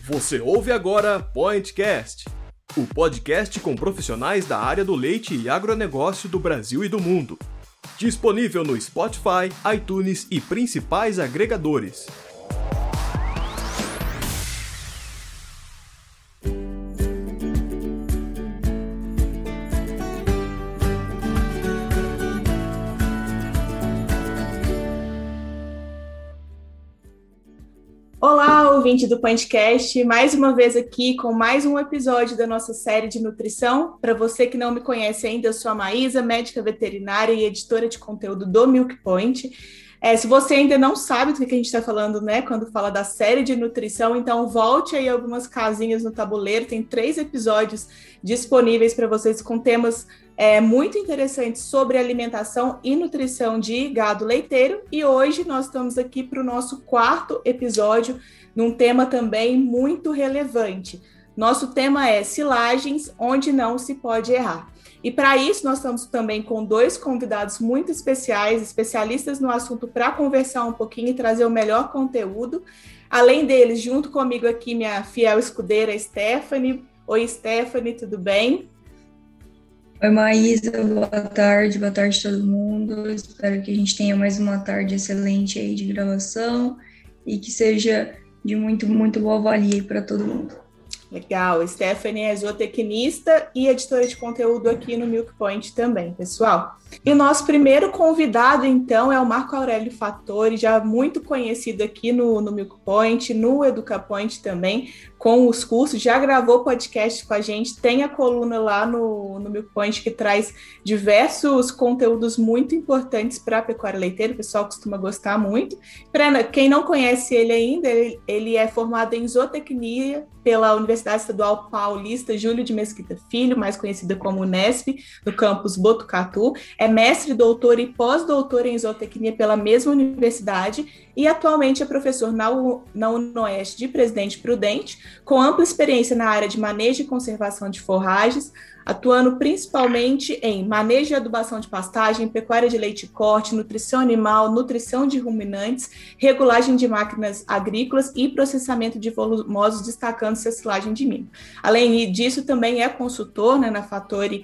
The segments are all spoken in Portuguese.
Você ouve agora PointCast, o podcast com profissionais da área do leite e agronegócio do Brasil e do mundo. Disponível no Spotify, iTunes e principais agregadores. Olá, ouvinte do PointCast, mais uma vez aqui com mais um episódio da nossa série de nutrição. Para você que não me conhece ainda, eu sou a Maísa, médica veterinária e editora de conteúdo do Milk Point. Se você ainda não sabe do que a gente está falando, né, quando fala da série de nutrição, então volte aí algumas casinhas no tabuleiro, tem 3 episódios disponíveis para vocês com temas muito interessantes sobre alimentação e nutrição de gado leiteiro, e hoje nós estamos aqui para o nosso 4º episódio, num tema também muito relevante. Nosso tema é silagens, onde não se pode errar. E para isso nós estamos também com 2 convidados muito especiais, especialistas no assunto, para conversar um pouquinho e trazer o melhor conteúdo. Além deles, junto comigo aqui, minha fiel escudeira, Stephanie. Oi, Stephanie, tudo bem? Oi, Maísa, boa tarde a todo mundo. Espero que a gente tenha mais uma tarde excelente aí de gravação e que seja de muito boa valia para todo mundo. Legal, Stephanie é zootecnista e editora de conteúdo aqui no Milk Point também, pessoal. E o nosso primeiro convidado, então, é o Marco Aurélio Fattori, já muito conhecido aqui no Milk Point, no EducaPoint também, com os cursos, já gravou podcast com a gente, tem a coluna lá no Milk Point que traz diversos conteúdos muito importantes para a pecuária leiteira, o pessoal costuma gostar muito. Para quem não conhece ele ainda, ele é formado em zootecnia pela Universidade Estadual Paulista Júlio de Mesquita Filho, mais conhecida como Unesp, no campus Botucatu. É mestre, doutor e pós-doutor em zootecnia pela mesma universidade e atualmente é professor na UNOeste de Presidente Prudente, com ampla experiência na área de manejo e conservação de forragens, atuando principalmente em manejo e adubação de pastagem, pecuária de leite e corte, nutrição animal, nutrição de ruminantes, regulagem de máquinas agrícolas e processamento de volumosos, destacando-se a silagem de milho. Além disso, também é consultor, né, na Fattori...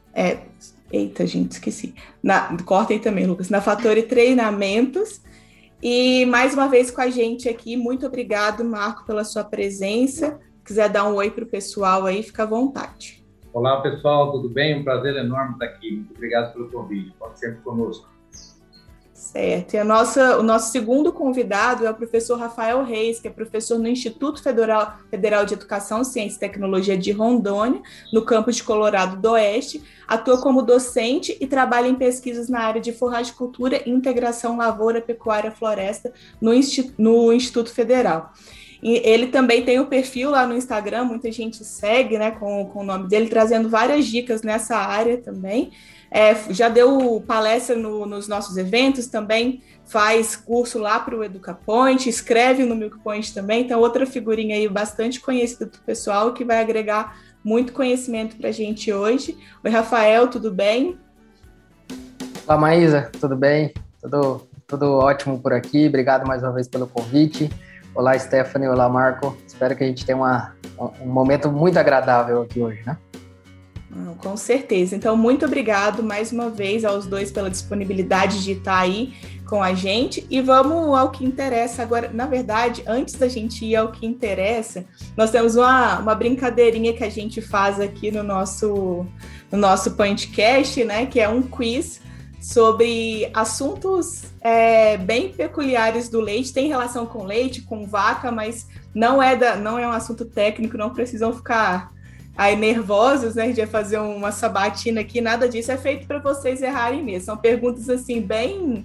Eita, gente, esqueci. Cortem também, Lucas. Na Fattori Treinamentos. E mais uma vez com a gente aqui, muito obrigado, Marco, pela sua presença. Se quiser dar um oi para o pessoal aí, fica à vontade. Olá, pessoal, tudo bem? Um prazer enorme estar aqui. Muito obrigado pelo convite. Pode sempre conosco. Certo. E o nosso segundo convidado é o professor Rafael Reis, que é professor no Instituto Federal de Educação, Ciência e Tecnologia de Rondônia, no campus de Colorado do Oeste, atua como docente e trabalha em pesquisas na área de forragicultura e integração lavoura, pecuária, floresta no Instituto Federal. E ele também tem o perfil lá no Instagram, muita gente segue, né, com o nome dele, trazendo várias dicas nessa área também. Já deu palestra nos nossos eventos, também faz curso lá para o EducaPoint, escreve no Milk Point também, então outra figurinha aí bastante conhecida do pessoal que vai agregar muito conhecimento para a gente hoje. Oi, Rafael, tudo bem? Olá, Maísa, tudo bem? Tudo ótimo por aqui, obrigado mais uma vez pelo convite. Olá, Stephanie, olá, Marco, espero que a gente tenha um momento muito agradável aqui hoje, né? Com certeza. Então, muito obrigado mais uma vez aos dois pela disponibilidade de estar aí com a gente. E vamos ao que interessa agora. Na verdade, antes da gente ir ao que interessa, nós temos uma brincadeirinha que a gente faz aqui no nosso podcast, né? Que é um quiz sobre assuntos bem peculiares do leite. Tem relação com leite, com vaca, mas não é um assunto técnico, não precisam ficar aí nervosos, né? A gente vai fazer uma sabatina aqui, nada disso, é feito para vocês errarem mesmo. São perguntas assim bem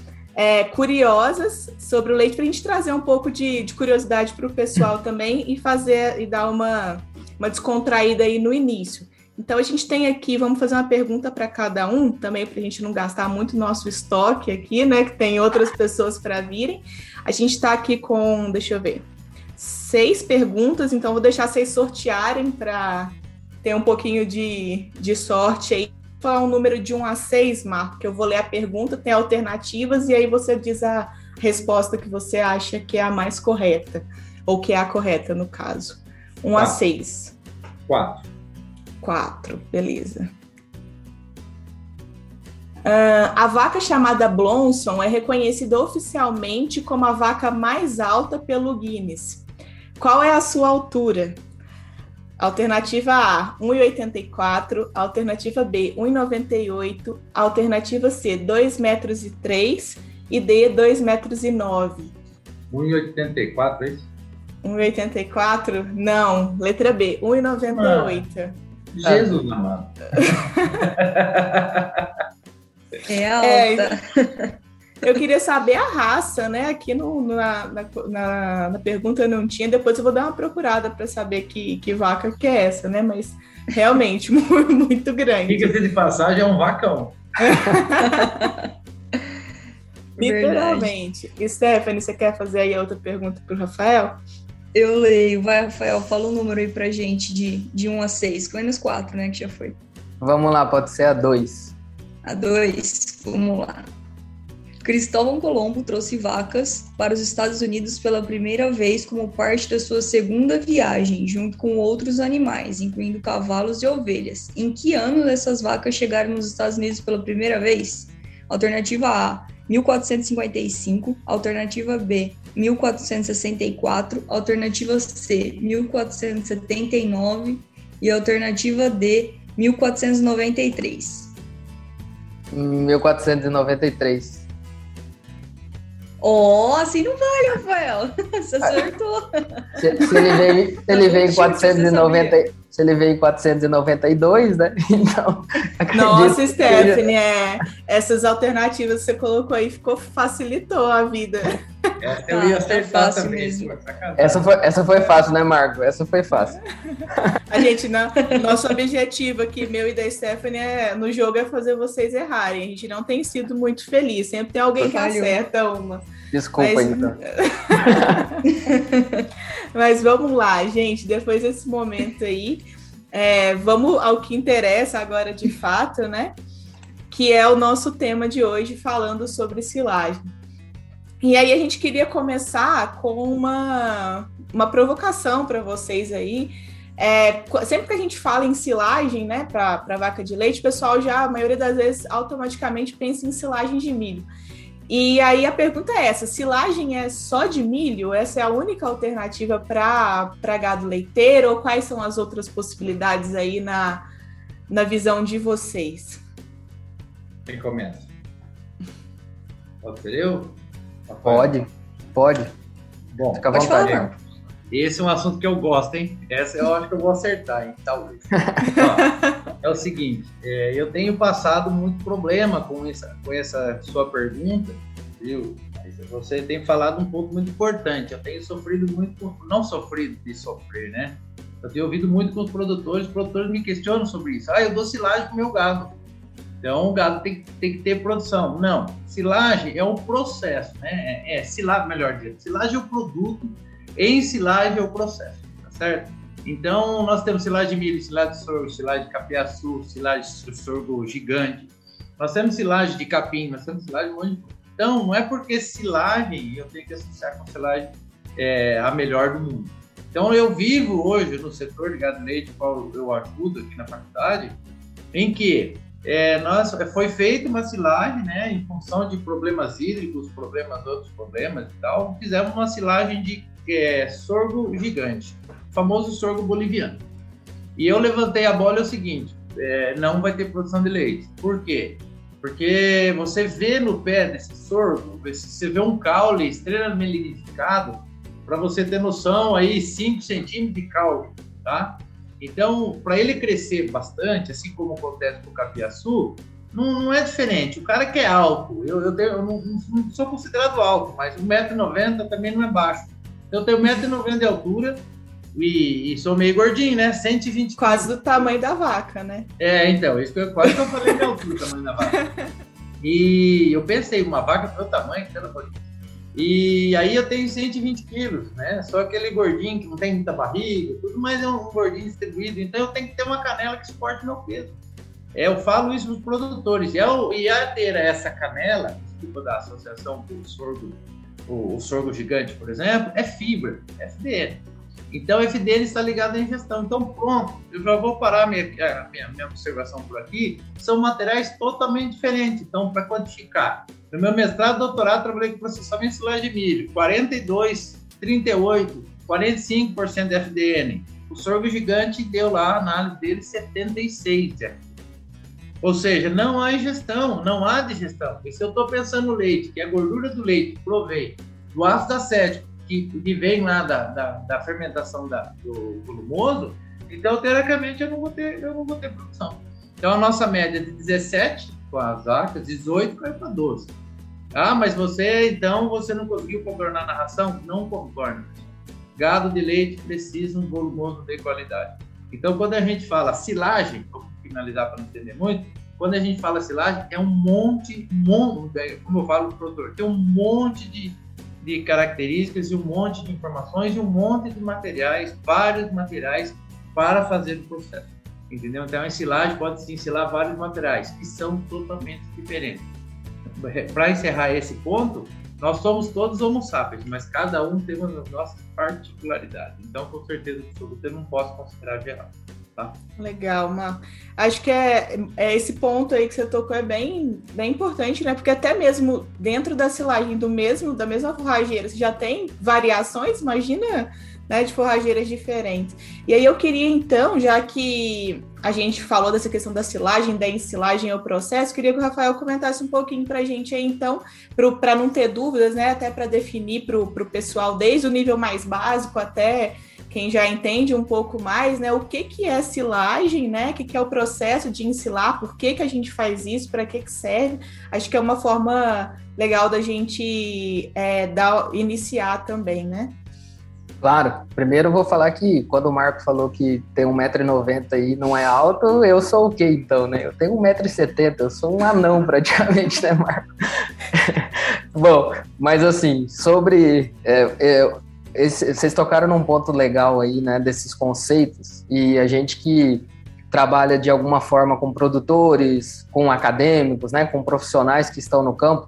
curiosas sobre o leite, para a gente trazer um pouco de curiosidade para o pessoal também e dar uma descontraída aí no início. Então a gente tem aqui, vamos fazer uma pergunta para cada um, também para a gente não gastar muito nosso estoque aqui, né? Que tem outras pessoas para virem. A gente está aqui com, deixa eu ver, 6 perguntas, então vou deixar vocês sortearem para ter um pouquinho de sorte aí. Vou falar um número de 1 a 6, Marco, que eu vou ler a pergunta, tem alternativas, e aí você diz a resposta que você acha que é a mais correta. Ou que é a correta, no caso. 1 a 6. 4. 4, beleza. A vaca chamada Blonson é reconhecida oficialmente como a vaca mais alta pelo Guinness. Qual é a sua altura? Alternativa A, 1,84. Alternativa B, 1,98. Alternativa C, 2,03 metros e D, 2,09 metros. 1,84, é isso? 1,84? Não, letra B, 1,98. Jesus, amado. É alta. Eu queria saber a raça, né? Aqui na pergunta não tinha. Depois eu vou dar uma procurada para saber que vaca que é essa, né? Mas realmente muito grande. Diga-se de passagem, é um vacão. Literalmente. Stephanie, você quer fazer aí a outra pergunta para o Rafael? Eu leio. Vai, Rafael, fala um número aí pra gente de 1 a 6. Menos 4, né? Que já foi. Vamos lá, pode ser a 2. A 2, vamos lá. Cristóvão Colombo trouxe vacas para os Estados Unidos pela primeira vez como parte da sua segunda viagem, junto com outros animais, incluindo cavalos e ovelhas. Em que ano essas vacas chegaram nos Estados Unidos pela primeira vez? Alternativa A, 1455. Alternativa B, 1464. Alternativa C, 1479. E alternativa D, 1493. 1493. Assim não vale, Rafael. Você acertou. Se ele veio em 492, né? Então, nossa, Stephanie, essas alternativas que você colocou aí facilitou a vida. Essa eu ia acertar fácil também. mesmo. Essa foi fácil, né, Marco? Essa foi fácil. A gente, nosso objetivo aqui, meu e da Stephanie, no jogo é fazer vocês errarem. A gente não tem sido muito feliz. Sempre tem alguém que acerta uma. Desculpa, então. Mas vamos lá, gente. Depois desse momento aí, vamos ao que interessa agora de fato, né? Que é o nosso tema de hoje, falando sobre silagem. E aí a gente queria começar com uma provocação para vocês aí. Sempre que a gente fala em silagem, né, para vaca de leite, o pessoal já, a maioria das vezes, automaticamente pensa em silagem de milho. E aí a pergunta é essa: silagem é só de milho? Essa é a única alternativa para gado leiteiro? Ou quais são as outras possibilidades aí na visão de vocês? Quem começa? Pode ser eu? Pode. Bom, fica à vontade. Falar. Esse é um assunto que eu gosto, hein? Essa eu acho que eu vou acertar, hein? Talvez. É o seguinte, eu tenho passado muito problema com essa sua pergunta, viu? Você tem falado um ponto muito importante. Eu tenho sofrido muito, não sofrido de sofrer, né? Eu tenho ouvido muito com os produtores me questionam sobre isso. Eu dou silagem pro meu gado. Então, o gado tem que ter produção. Não, silagem é um processo, né? Silagem, melhor dizendo, silagem é o produto, ensilagem é o processo, tá certo? Então, nós temos silagem de milho, silagem de sorgo, silagem de capiaçu, silagem de sorgo gigante. Nós temos silagem de capim, nós temos silagem de um monte de coisa. Então, não é porque silagem eu tenho que associar com silagem a melhor do mundo. Então, eu vivo hoje no setor de gado e leite, qual eu ajudo aqui na faculdade, em que foi feita uma silagem, né, em função de problemas hídricos, outros problemas e tal, fizemos uma silagem de sorgo gigante, o famoso sorgo boliviano. E eu levantei a bola, é o seguinte, não vai ter produção de leite. Por quê? Porque você vê no pé desse sorgo, você vê um caule extremamente lignificado, para você ter noção, aí 5 centímetros de caule, tá? Então, para ele crescer bastante, assim como acontece com o capiaçu, não é diferente. O cara que é alto, eu não sou considerado alto, mas 1,90 m também não é baixo. Então, eu tenho 1,90 m de altura e sou meio gordinho, né? 120 quase do tamanho da vaca, né? Então, isso que quase que eu falei de altura, o tamanho da vaca. E eu pensei, uma vaca do meu tamanho, pelo amor de Deus. E aí eu tenho 120 quilos, né? Só aquele gordinho que não tem muita barriga, tudo, mas é um gordinho distribuído. Então eu tenho que ter uma canela que suporte meu peso. Eu falo isso para os produtores. E a ter essa canela, desculpa da associação do sorgo o sorgo gigante, por exemplo, é fibra, FDN. Então, FDN está ligado à ingestão. Então, pronto, eu já vou parar minha observação por aqui. São materiais totalmente diferentes. Então, para quantificar, no meu mestrado e doutorado, trabalhei com processamento de silagem de milho, 42, 38, 45% de FDN. O sorgo gigante deu lá, a análise dele, 76 de FDN. Ou seja, não há ingestão, não há digestão. E se eu estou pensando no leite, que é a gordura do leite, provei, do ácido acético, que vem lá da fermentação do volumoso, então, teoricamente, eu não vou ter produção. Então, a nossa média de 17 com as vacas, 18 caiu para 12. Ah, mas você não conseguiu contornar na ração? Não contorna. Gado de leite precisa um volumoso de qualidade. Então, quando a gente fala silagem, vou finalizar para não entender muito, quando a gente fala silagem, é um monte, como eu falo para o produtor, tem um monte de características e um monte de informações e um monte de materiais, vários materiais para fazer o processo, entendeu? Então, a ensilagem pode se ensilar vários materiais que são totalmente diferentes. Para encerrar esse ponto, nós somos todos homo sapiens, mas cada um tem as nossas particularidades. Então, com certeza, eu não posso considerar geral. Tá? Legal, Marco. Acho que esse ponto aí que você tocou é bem importante, né? Porque até mesmo dentro da silagem da mesma forrageira, você já tem variações, imagina, né, de forrageiras diferentes. E aí eu queria, então, já que a gente falou dessa questão da silagem, da ensilagem ao processo, queria que o Rafael comentasse um pouquinho para a gente aí, então, para não ter dúvidas, né? Até para definir para o pessoal, desde o nível mais básico até quem já entende um pouco mais, né, o que é silagem, né, o que é o processo de ensilar, por que a gente faz isso, para que serve. Acho que é uma forma legal da gente iniciar também, né? Claro. Primeiro eu vou falar que quando o Marco falou que tem 1,90 m e não é alto, eu sou o quê então, né? Eu tenho 1,70 m, eu sou um anão praticamente, né, Marco? Bom, mas assim, sobre... vocês tocaram num ponto legal aí, né, desses conceitos, e a gente que trabalha de alguma forma com produtores, com acadêmicos, né, com profissionais que estão no campo,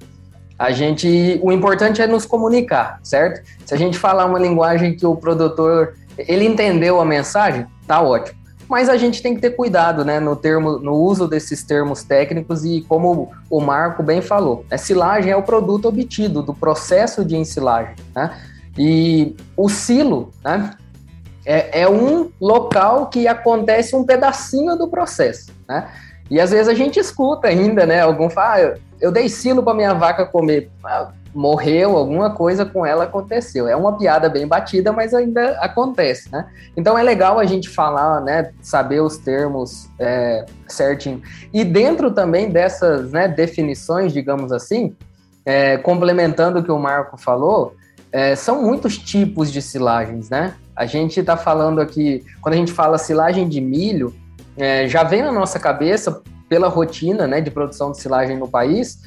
o importante é nos comunicar, certo? Se a gente falar uma linguagem que o produtor, ele entendeu a mensagem, tá ótimo. Mas a gente tem que ter cuidado, né, no uso desses termos técnicos e como o Marco bem falou, a silagem é o produto obtido do processo de ensilagem, né? E o silo, né, é um local que acontece um pedacinho do processo, né? E às vezes a gente escuta ainda, né? Algum fala, eu dei silo para minha vaca comer. Morreu, alguma coisa com ela aconteceu. É uma piada bem batida, mas ainda acontece, né? Então é legal a gente falar, né? Saber os termos certinho. E dentro também dessas, né, definições, digamos assim, complementando o que o Marco falou, são muitos tipos de silagens, né? A gente está falando aqui, quando a gente fala silagem de milho, já vem na nossa cabeça, pela rotina, né, de produção de silagem no país,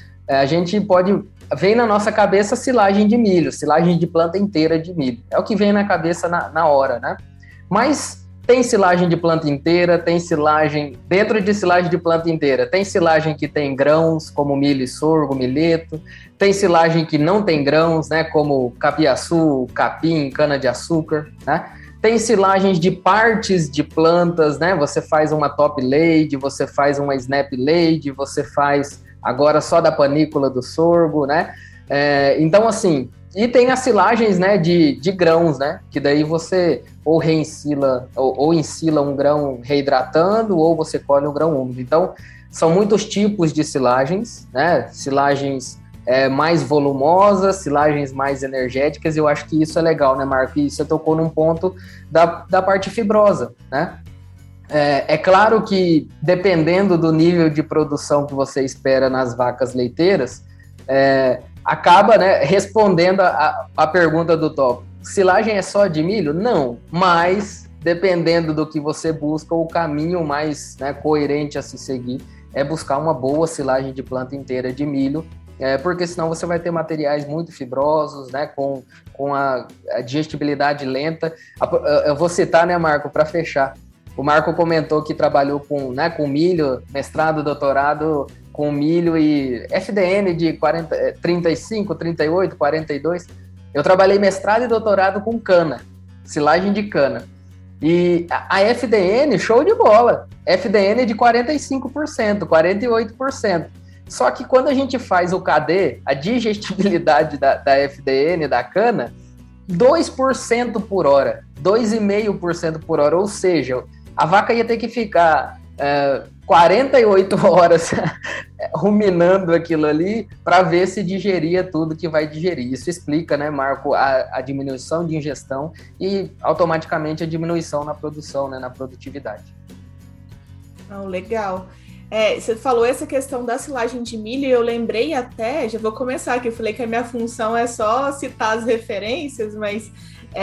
vem na nossa cabeça silagem de milho, silagem de planta inteira de milho. É o que vem na cabeça na hora, né? Mas tem silagem de planta inteira, tem silagem, dentro de silagem de planta inteira, tem silagem que tem grãos, como milho e sorgo, milheto, tem silagem que não tem grãos, né, como capiaçu, capim, cana-de-açúcar, né? Tem silagens de partes de plantas, né? Você faz uma top lade, você faz uma snap lade, você faz agora só da panícula do sorgo, né? Então, assim, e tem as silagens, né, de grãos, né? Que daí você ou reensila, ou ensila um grão reidratando, ou você colhe um grão úmido. Então, são muitos tipos de silagens, né? Silagens mais volumosas, silagens mais energéticas, e eu acho que isso é legal, né, Marco? E você tocou num ponto da parte fibrosa, né? É claro que, dependendo do nível de produção que você espera nas vacas leiteiras, acaba, né, respondendo a pergunta do tópico. Silagem é só de milho? Não, mas, dependendo do que você busca, o caminho mais, né, coerente a se seguir é buscar uma boa silagem de planta inteira de milho, porque senão você vai ter materiais muito fibrosos, né, com a digestibilidade lenta. Eu vou citar, né, Marco, para fechar, O Marco comentou que trabalhou com milho, mestrado, doutorado com milho e FDN de 35, 38, 42. Eu trabalhei mestrado e doutorado com cana, silagem de cana. E a FDN, show de bola. FDN de 45%, 48%. Só que quando a gente faz o KD, a digestibilidade da FDN, da cana, 2% por hora, 2,5% por hora. Ou seja, a vaca ia ter que ficar 48 horas ruminando aquilo ali para ver se digeria tudo que vai digerir. Isso explica, né, Marco, a diminuição de ingestão e automaticamente a diminuição na produção, né, na produtividade. Legal. Você falou essa questão da silagem de milho e eu lembrei até, já vou começar aqui, eu falei que a minha função é só citar as referências, mas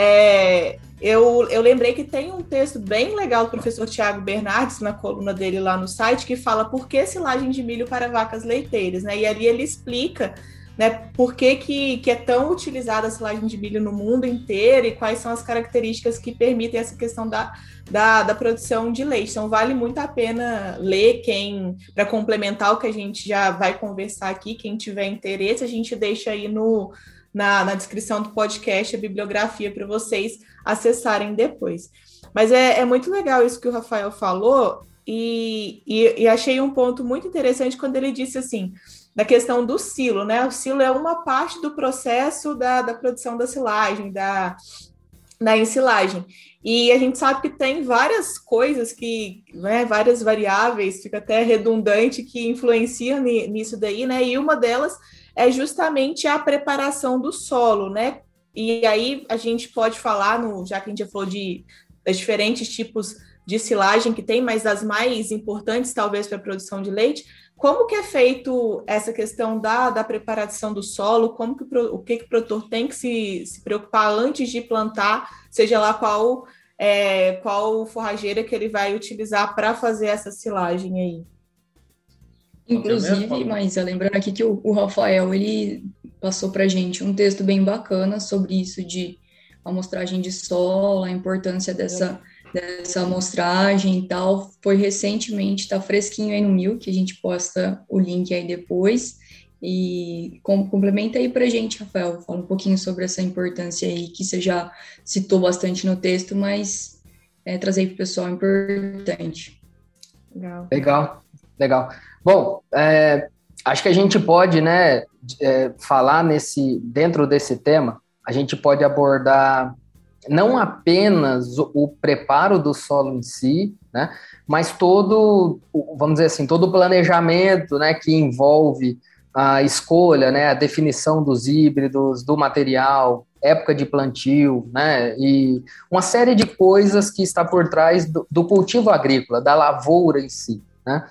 eu lembrei que tem um texto bem legal do professor Tiago Bernardes, na coluna dele lá no site, que fala por que silagem de milho para vacas leiteiras, né? E ali ele explica, né, por que é tão utilizada a silagem de milho no mundo inteiro e quais são as características que permitem essa questão da produção de leite. Então, vale muito a pena ler, para complementar o que a gente já vai conversar aqui, quem tiver interesse, a gente deixa aí na descrição do podcast a bibliografia para vocês acessarem depois. Mas é muito legal isso que o Rafael falou e achei um ponto muito interessante quando ele disse assim, da questão do silo, né? O silo é uma parte do processo da produção da silagem, da ensilagem. E a gente sabe que tem várias coisas né, várias variáveis, fica até redundante, que influenciam nisso daí, né? E uma delas é justamente a preparação do solo, né? E aí a gente pode falar, já que a gente já falou das diferentes tipos de silagem que tem, mas das mais importantes, talvez, para a produção de leite, como que é feito essa questão da preparação do solo, o que o produtor tem que se preocupar antes de plantar, seja lá qual forrageira que ele vai utilizar para fazer essa silagem aí? Inclusive, Maísa, lembrando aqui que o Rafael, ele passou para a gente um texto bem bacana sobre isso de amostragem de solo, a importância dessa amostragem e tal. Foi recentemente, está fresquinho aí no Milk, a gente posta o link aí depois. E complementa aí para a gente, Rafael, fala um pouquinho sobre essa importância aí que você já citou bastante no texto, mas trazer para o pessoal é importante. Legal. Bom, acho que a gente pode, né, falar dentro desse tema, a gente pode abordar não apenas o preparo do solo em si, né, mas todo o planejamento, né, que envolve a escolha, né, a definição dos híbridos, do material, época de plantio, né, e uma série de coisas que está por trás do cultivo agrícola, da lavoura em si, né.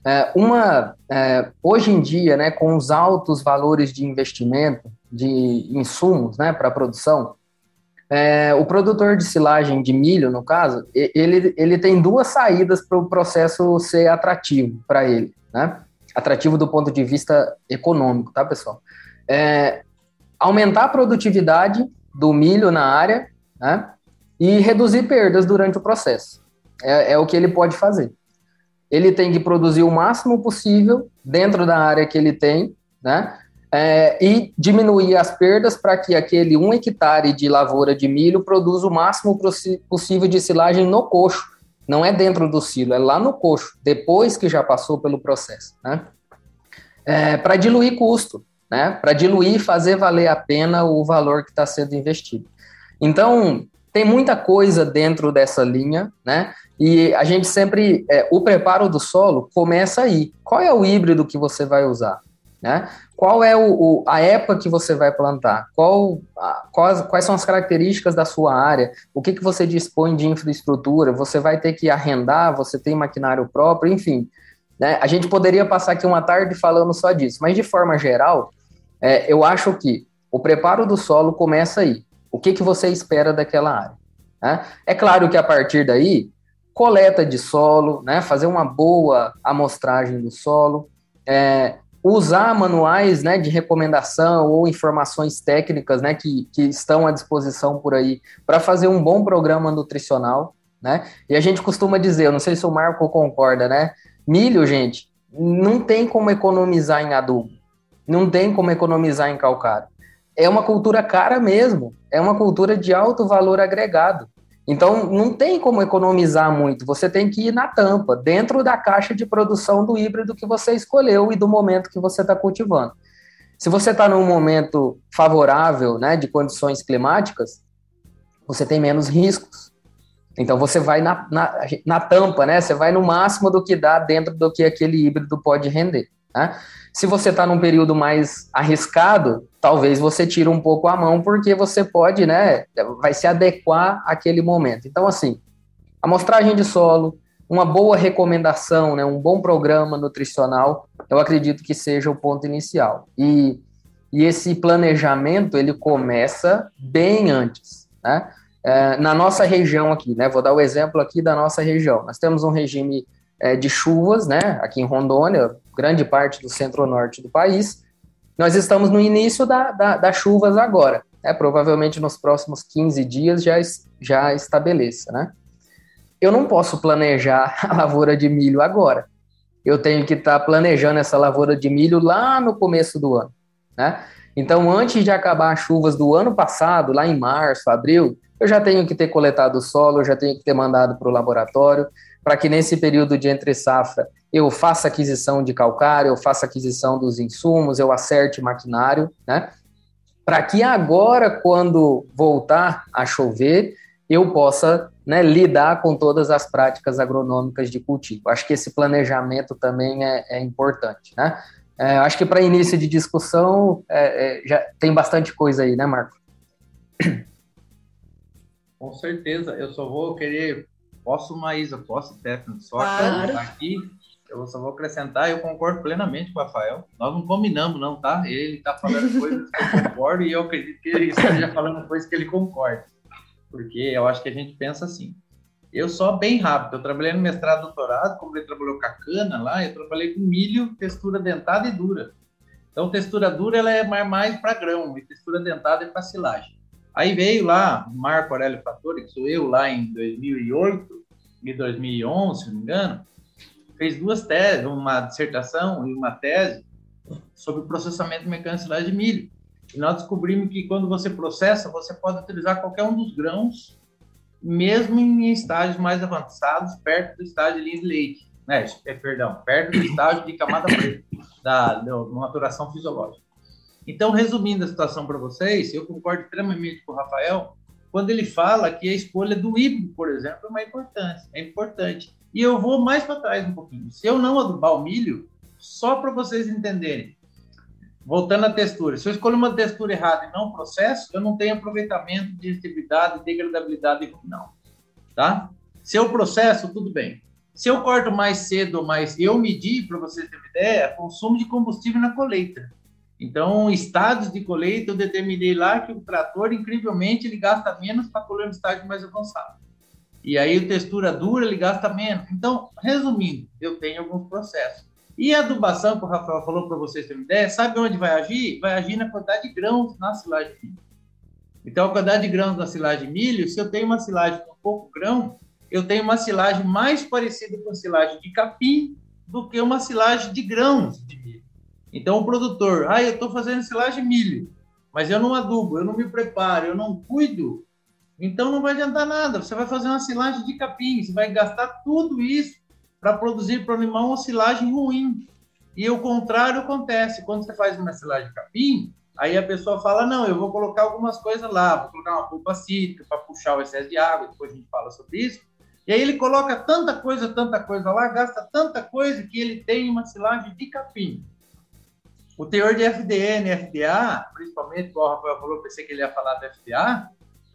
Hoje em dia, né, com os altos valores de investimento de insumos, né, para a produção, o produtor de silagem de milho, no caso, ele tem duas saídas para o processo ser atrativo para ele, né? Atrativo do ponto de vista econômico, tá, pessoal? Aumentar a produtividade do milho na área, né, e reduzir perdas durante o processo. É o que ele pode fazer. Ele tem que produzir o máximo possível dentro da área que ele tem, né? E diminuir as perdas para que aquele 1 hectare de lavoura de milho produza o máximo possível de silagem no coxo. Não é dentro do silo, é lá no coxo, depois que já passou pelo processo, né? Para diluir custo, né? Para diluir e fazer valer a pena o valor que está sendo investido. Então, tem muita coisa dentro dessa linha, né? E a gente sempre, o preparo do solo começa aí. Qual é o híbrido que você vai usar, né? Qual é a época que você vai plantar? Quais são as características da sua área? O que você dispõe de infraestrutura? Você vai ter que arrendar? Você tem maquinário próprio? Enfim, né? A gente poderia passar aqui uma tarde falando só disso, mas de forma geral, eu acho que o preparo do solo começa aí. O que você espera daquela área, né? É claro que a partir daí, coleta de solo, né? Fazer uma boa amostragem do solo, usar manuais, né, de recomendação ou informações técnicas, né, que estão à disposição por aí para fazer um bom programa nutricional, né? E a gente costuma dizer, eu não sei se o Marco concorda, né? Milho, gente, não tem como economizar em adubo, não tem como economizar em calcário. É uma cultura cara mesmo, é uma cultura de alto valor agregado. Então, não tem como economizar muito, você tem que ir na tampa, dentro da caixa de produção do híbrido que você escolheu e do momento que você está cultivando. Se você está num momento favorável, né, de condições climáticas, você tem menos riscos. Então, você vai na tampa, né? Você vai no máximo do que dá dentro do que aquele híbrido pode render, né? Se você está num período mais arriscado, talvez você tire um pouco a mão, porque você pode, né? Vai se adequar àquele momento. Então, assim, amostragem de solo, uma boa recomendação, né? Um bom programa nutricional, eu acredito que seja o ponto inicial. E esse planejamento, ele começa bem antes, né? Na nossa região aqui, né? Vou dar o exemplo aqui da nossa região. Nós temos um regime de chuvas, né? Aqui em Rondônia, grande parte do centro-norte do país. Nós estamos no início das chuvas agora, né? Provavelmente nos próximos 15 dias já estabeleça, né? Eu não posso planejar a lavoura de milho agora. Eu tenho que estar planejando essa lavoura de milho lá no começo do ano, né? Então, antes de acabar as chuvas do ano passado, lá em março, abril, eu já tenho que ter coletado o solo, eu já tenho que ter mandado para o laboratório, para que nesse período de entre-safra eu faça aquisição de calcário, eu faça aquisição dos insumos, eu acerte maquinário, né? Para que agora, quando voltar a chover, eu possa, né, lidar com todas as práticas agronômicas de cultivo. Acho que esse planejamento também é importante, né? Acho que para início de discussão já tem bastante coisa aí, né, Marco? Com certeza, eu só vou querer, Maísa, Stephanie, só claro. Aqui, eu só vou acrescentar, eu concordo plenamente com o Rafael, nós não combinamos não, tá? Ele está falando coisas que eu concordo e eu acredito que ele esteja falando coisas que ele concorda, porque eu acho que a gente pensa assim. Eu só bem rápido, eu trabalhei no mestrado, doutorado, como ele trabalhou com a cana lá, eu trabalhei com milho, textura dentada e dura. Então, textura dura ela é mais para grão, e textura dentada é para silagem. Aí veio lá o Marco Aurélio Fattori, que sou eu, lá em 2008 e 2011, se não me engano, fez 2 teses, uma dissertação e uma tese sobre processamento mecânico de silagem de milho. E nós descobrimos que quando você processa, você pode utilizar qualquer um dos grãos, mesmo em estágios mais avançados, perto do estágio de linha de leite, né? Perto do estágio de camada preta, da maturação fisiológica. Então, resumindo a situação para vocês, eu concordo extremamente com o Rafael, quando ele fala que a escolha do híbrido, por exemplo, é importante. E eu vou mais para trás um pouquinho. Se eu não adubar o milho, só para vocês entenderem, voltando à textura, se eu escolho uma textura errada e não processo, eu não tenho aproveitamento de estibilidade, degradabilidade final, tá? Se eu processo, tudo bem. Se eu corto mais cedo ou mais... Eu medi, para vocês terem uma ideia, consumo de combustível na colheita. Então, estádios de colheita, eu determinei lá que o trator, incrivelmente, ele gasta menos para colher no estágio mais avançado. E aí, a textura dura, ele gasta menos. Então, resumindo, eu tenho alguns processos. E a adubação, que o Rafael falou para vocês terem uma ideia, sabe onde vai agir? Vai agir na quantidade de grãos na silagem de milho. Então, a quantidade de grãos na silagem de milho, se eu tenho uma silagem com pouco grão, eu tenho uma silagem mais parecida com a silagem de capim do que uma silagem de grãos de milho. Então, o produtor, eu estou fazendo silagem de milho, mas eu não adubo, eu não me preparo, eu não cuido, então não vai adiantar nada. Você vai fazer uma silagem de capim, você vai gastar tudo isso para produzir para o animal uma silagem ruim. E o contrário acontece. Quando você faz uma silagem de capim, aí a pessoa fala, não, eu vou colocar algumas coisas lá, vou colocar uma polpa cítrica para puxar o excesso de água, depois a gente fala sobre isso. E aí ele coloca tanta coisa lá, gasta tanta coisa que ele tem uma silagem de capim. O teor de FDN e FDA, principalmente, como o Rafael falou, pensei que ele ia falar do FDA,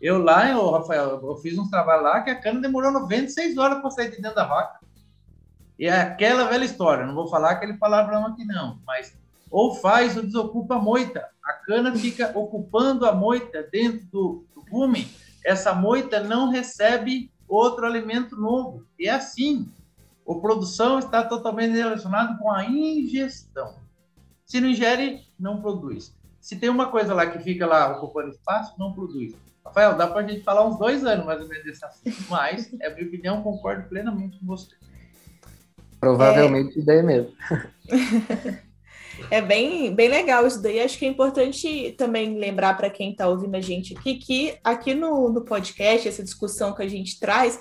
Rafael, eu fiz uns trabalhos lá que a cana demorou 96 horas para sair de dentro da vaca. E é aquela velha história, não vou falar aquele palavrão aqui não, mas ou faz ou desocupa a moita. A cana fica ocupando a moita dentro do rumen, essa moita não recebe outro alimento novo. E é assim, a produção está totalmente relacionada com a ingestão. Se não ingere, não produz. Se tem uma coisa lá que fica lá ocupando espaço, não produz. Rafael, dá para a gente falar uns 2 anos mais ou menos desse assunto, mas, é a minha opinião, concordo plenamente com você. Provavelmente daí mesmo. É bem legal isso daí. Acho que é importante também lembrar para quem está ouvindo a gente aqui que aqui no podcast, essa discussão que a gente traz,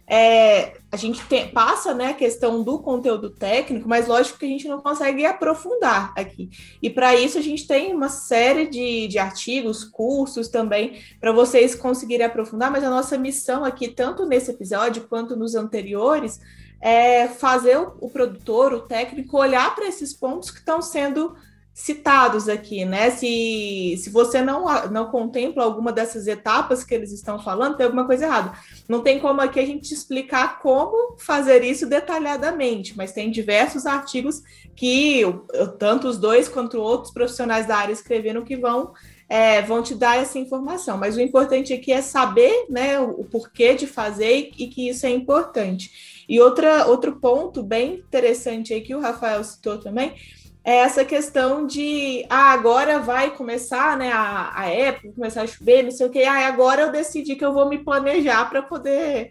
a gente passa, né, a questão do conteúdo técnico, mas lógico que a gente não consegue aprofundar aqui. E para isso a gente tem uma série de artigos, cursos também, para vocês conseguirem aprofundar, mas a nossa missão aqui, tanto nesse episódio quanto nos anteriores, é fazer o produtor, o técnico, olhar para esses pontos que estão sendo citados aqui, né? Se você não contempla alguma dessas etapas que eles estão falando, tem alguma coisa errada. Não tem como aqui a gente explicar como fazer isso detalhadamente, mas tem diversos artigos que tanto os dois quanto outros profissionais da área escreveram que vão te dar essa informação. Mas o importante aqui é saber, né, o porquê de fazer e que isso é importante. E outro ponto bem interessante aí que o Rafael citou também é essa questão de agora vai começar, né, a época, começar a chover, não sei o que, agora eu decidi que eu vou me planejar para poder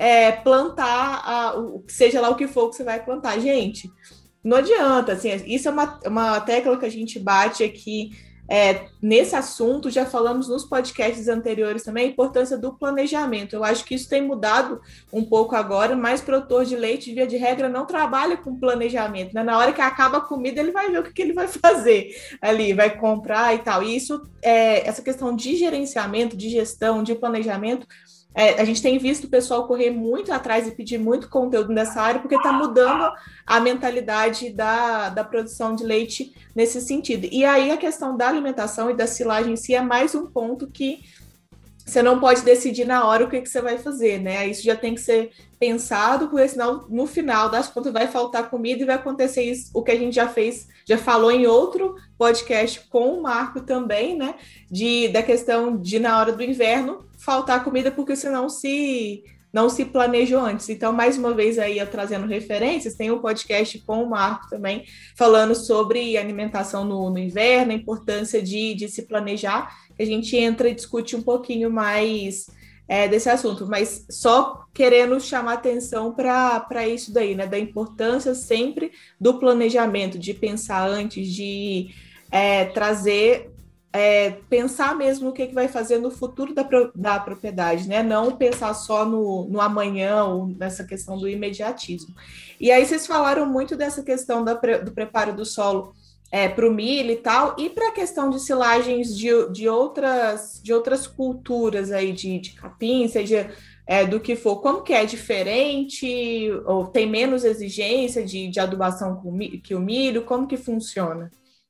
plantar seja lá o que for que você vai plantar. Gente, não adianta, assim, isso é uma tecla que a gente bate aqui nesse assunto, já falamos nos podcasts anteriores também, a importância do planejamento. Eu acho que isso tem mudado um pouco agora, mas produtor de leite, via de regra, não trabalha com planejamento, né? Na hora que acaba a comida, ele vai ver o que ele vai fazer ali, vai comprar e tal. E isso, essa questão de gerenciamento, de gestão, de planejamento, a gente tem visto o pessoal correr muito atrás e pedir muito conteúdo nessa área, porque está mudando a mentalidade da produção de leite nesse sentido. E aí a questão da alimentação e da silagem em si é mais um ponto que você não pode decidir na hora o que você vai fazer, né? Isso já tem que ser pensado, porque senão no final das contas vai faltar comida e vai acontecer isso, o que a gente já falou em outro podcast com o Marco também, né? Da questão de na hora do inverno faltar comida porque você não se planejou antes. Então, mais uma vez aí, eu trazendo referências, tem um podcast com o Marco também, falando sobre alimentação no inverno, a importância de se planejar, que a gente entra e discute um pouquinho mais desse assunto, mas só querendo chamar atenção para isso daí, né, da importância sempre do planejamento, de pensar antes, de trazer... pensar mesmo o que vai fazer no futuro da propriedade, né? Não pensar só no amanhã ou nessa questão do imediatismo. E aí vocês falaram muito dessa questão do preparo do solo para o milho e tal, e para a questão de silagens de outras culturas aí, de capim, seja do que for, como que é diferente, ou tem menos exigência de adubação que o milho, como que funciona?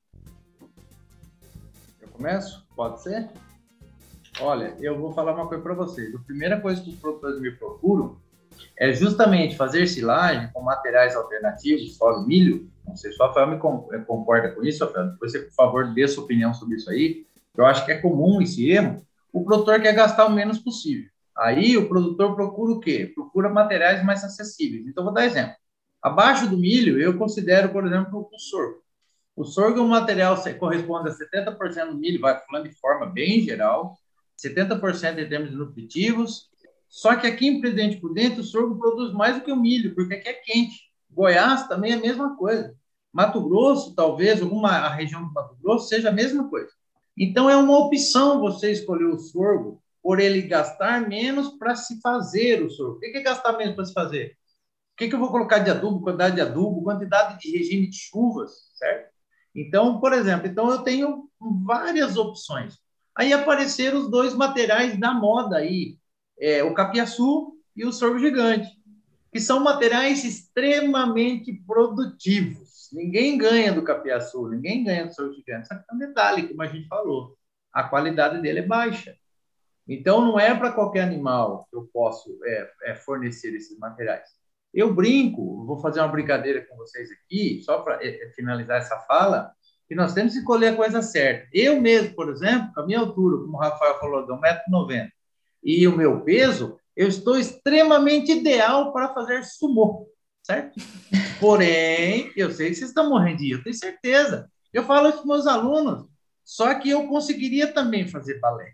Começo? Pode ser? Olha, eu vou falar uma coisa para vocês. A primeira coisa que os produtores me procuram é justamente fazer silagem com materiais alternativos, fora o milho. Não sei se o Rafael concorda com isso, Rafael. Depois você, por favor, dê sua opinião sobre isso aí. Eu acho que é comum esse erro. O produtor quer gastar o menos possível. Aí o produtor procura o quê? Procura materiais mais acessíveis. Então, vou dar exemplo. Abaixo do milho, eu considero, por exemplo, o sorgo. O sorgo é um material que corresponde a 70% do milho, vai falando de forma bem geral, 70% em termos de nutritivos, só que aqui em Presidente Prudente o sorgo produz mais do que o milho, porque aqui é quente. Goiás também é a mesma coisa. Mato Grosso, talvez, a região do Mato Grosso seja a mesma coisa. Então é uma opção você escolher o sorgo por ele gastar menos para se fazer o sorgo. O que é gastar menos para se fazer? O que eu vou colocar de adubo, quantidade de adubo, quantidade de regime de chuvas, certo? Então, por exemplo, eu tenho várias opções. Aí apareceram os dois materiais da moda aí, o capiaçu e o sorgo gigante, que são materiais extremamente produtivos. Ninguém ganha do capiaçu, ninguém ganha do sorgo gigante. Só que tem um detalhe, como a gente falou, a qualidade dele é baixa. Então, não é para qualquer animal que eu posso fornecer esses materiais. Eu brinco, vou fazer uma brincadeira com vocês aqui, só para finalizar essa fala, que nós temos que escolher a coisa certa. Eu mesmo, por exemplo, com a minha altura, como o Rafael falou, de 1,90 m, e o meu peso, eu estou extremamente ideal para fazer sumô, certo? Porém, eu sei que vocês estão morrendo de rir, eu tenho certeza. Eu falo isso para os meus alunos, só que eu conseguiria também fazer balé,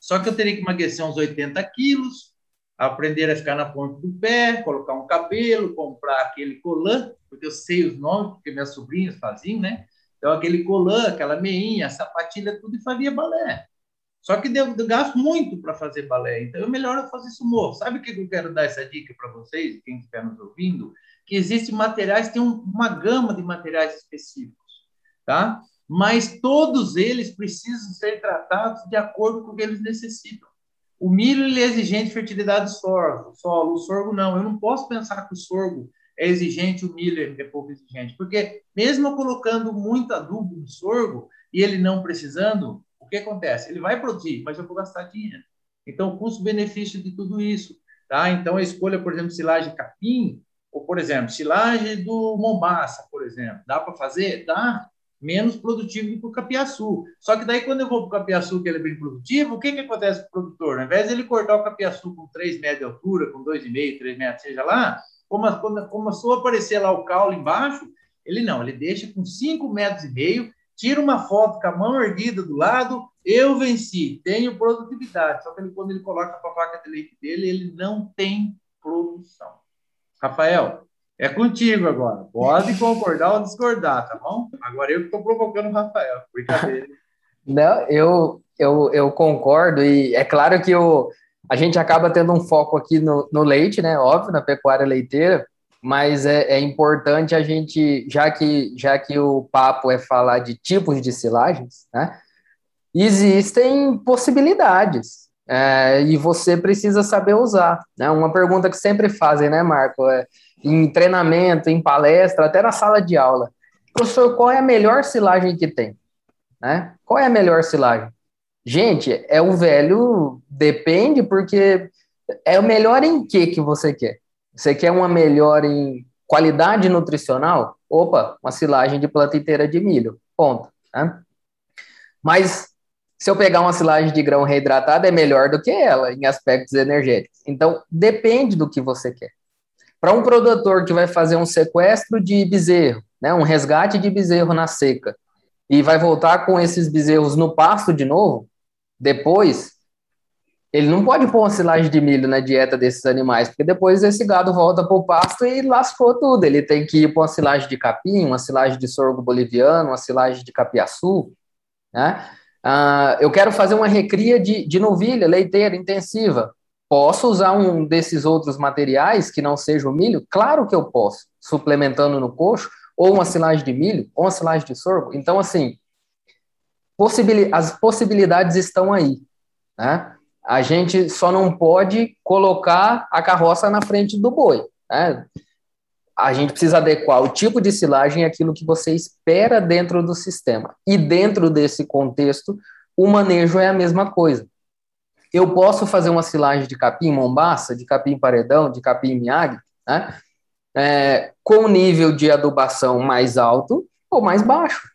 Só que eu teria que emagrecer uns 80 quilos, aprender a ficar na ponta do pé, colocar um cabelo, comprar aquele colã, porque eu sei os nomes, porque minhas sobrinhas faziam, né? Então, aquele colã, aquela meinha, sapatilha, tudo, e fazia balé. Só que eu gasto muito para fazer balé, então é melhor eu fazer sumô. Sabe o que eu quero dar essa dica para vocês, quem estiver nos ouvindo? Que existem materiais, tem uma gama de materiais específicos, tá? Mas todos eles precisam ser tratados de acordo com o que eles necessitam. O milho ele é exigente de fertilidade do solo, o sorgo não. Eu não posso pensar que o sorgo é exigente, o milho é pouco exigente, porque mesmo eu colocando muito adubo no sorgo e ele não precisando, o que acontece? Ele vai produzir, mas eu vou gastar dinheiro. Então, o custo-benefício de tudo isso, tá? Então, a escolha, por exemplo, silagem capim, ou, por exemplo, silagem do mombaça, por exemplo, dá para fazer? Dá. Menos produtivo do que o capiaçu. Só que daí, quando eu vou para o capiaçu, que ele é bem produtivo, o que acontece com o produtor? Ao invés de ele cortar o capiaçu com 3 metros de altura, com 2,5, 3 metros, seja lá, começou a aparecer lá o caule embaixo, ele não, ele deixa com 5,5 metros, tira uma foto com a mão erguida do lado, eu venci, tenho produtividade. Só que quando ele coloca para a vaca de leite dele, ele não tem produção. Rafael, é contigo agora. Pode concordar ou discordar, tá bom? Agora eu que estou provocando o Rafael. Brincadeira. Não, eu concordo, e é claro que a gente acaba tendo um foco aqui no leite, né? Óbvio, na pecuária leiteira, mas é importante a gente, já que o papo é falar de tipos de silagens, né? Existem possibilidades, e você precisa saber usar, né? Uma pergunta que sempre fazem, né, Marco? Em treinamento, em palestra, até na sala de aula. Professor, qual é a melhor silagem que tem? Né? Qual é a melhor silagem? Gente, é o velho depende, porque é o melhor em que você quer? Você quer uma melhor em qualidade nutricional? Opa, uma silagem de planta inteira de milho, ponto. Né? Mas se eu pegar uma silagem de grão reidratado, é melhor do que ela em aspectos energéticos. Então, depende do que você quer. Para um produtor que vai fazer um sequestro de bezerro, né, um resgate de bezerro na seca, e vai voltar com esses bezerros no pasto de novo, depois, ele não pode pôr uma silagem de milho na dieta desses animais, porque depois esse gado volta para o pasto e lascou tudo. Ele tem que ir para uma silagem de capim, uma silagem de sorgo boliviano, uma silagem de capiaçu, né? Eu quero fazer uma recria de novilha leiteira intensiva. Posso usar um desses outros materiais que não seja o milho? Claro que eu posso, suplementando no coxo, ou uma silagem de milho, ou uma silagem de sorgo. Então, assim, as possibilidades estão aí, né? A gente só não pode colocar a carroça na frente do boi, né? A gente precisa adequar o tipo de silagem àquilo que você espera dentro do sistema. E dentro desse contexto, o manejo é a mesma coisa. Eu posso fazer uma silagem de capim mombaça, de capim paredão, de capim miag, né? Com nível de adubação mais alto ou mais baixo.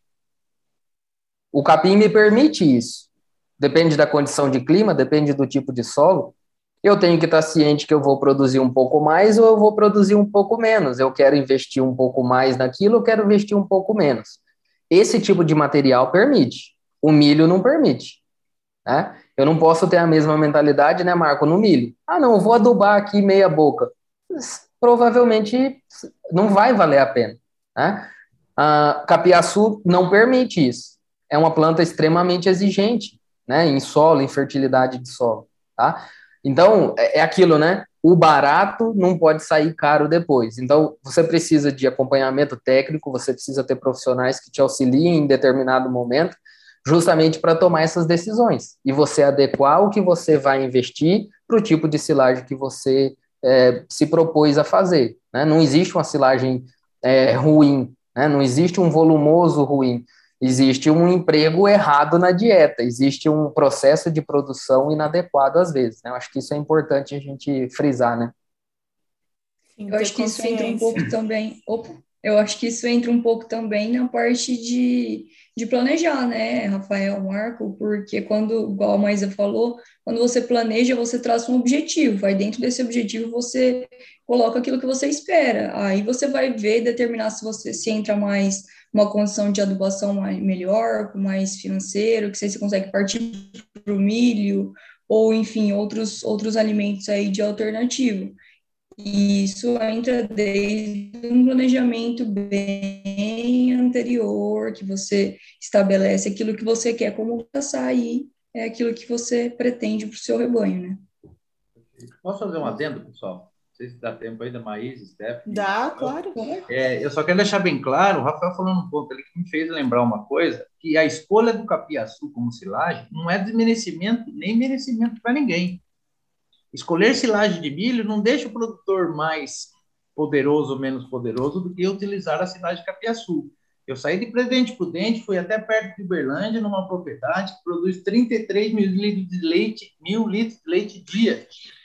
O capim me permite isso. Depende da condição de clima, depende do tipo de solo. Eu tenho que estar ciente que eu vou produzir um pouco mais ou eu vou produzir um pouco menos. Eu quero investir um pouco mais naquilo, eu quero investir um pouco menos. Esse tipo de material permite. O milho não permite, né? Eu não posso ter a mesma mentalidade, né, Marco, no milho. Não, eu vou adubar aqui meia boca. Provavelmente não vai valer a pena, né? Capiaçu não permite isso. É uma planta extremamente exigente, né, em solo, em fertilidade de solo, tá? Então, é aquilo, né? O barato não pode sair caro depois. Então, você precisa de acompanhamento técnico, você precisa ter profissionais que te auxiliem em determinado momento, justamente para tomar essas decisões. E você adequar o que você vai investir para o tipo de silagem que você se propôs a fazer, né? Não existe uma silagem ruim, né? Não existe um volumoso ruim. Existe um emprego errado na dieta, existe um processo de produção inadequado às vezes, né? Eu acho que isso é importante a gente frisar, né? Sim, eu acho que isso entra um pouco também. Eu acho que isso entra um pouco também na parte de planejar, né, Rafael, Marco, porque quando, igual a Maísa falou, quando você planeja, você traça um objetivo, aí dentro desse objetivo você coloca aquilo que você espera, aí você vai ver, determinar se entra mais uma condição de adubação melhor, com mais financeiro, que você consegue partir para o milho, ou enfim, outros alimentos aí de alternativo. E isso entra desde um planejamento bem anterior, que você estabelece aquilo que você quer como açaí, é aquilo que você pretende para o seu rebanho, né? Posso fazer um adendo, pessoal? Não sei se dá tempo ainda, Maísa, Stephanie. Dá, claro. Eu só quero deixar bem claro, o Rafael falando um ponto ali que me fez lembrar uma coisa, que a escolha do capiaçu como silagem não é desmerecimento nem merecimento para ninguém. Escolher silagem de milho não deixa o produtor mais poderoso ou menos poderoso do que utilizar a silagem de capiaçu. Eu saí de Presidente Prudente, fui até perto de Uberlândia, numa propriedade que produz 33 mil litros de leite dia.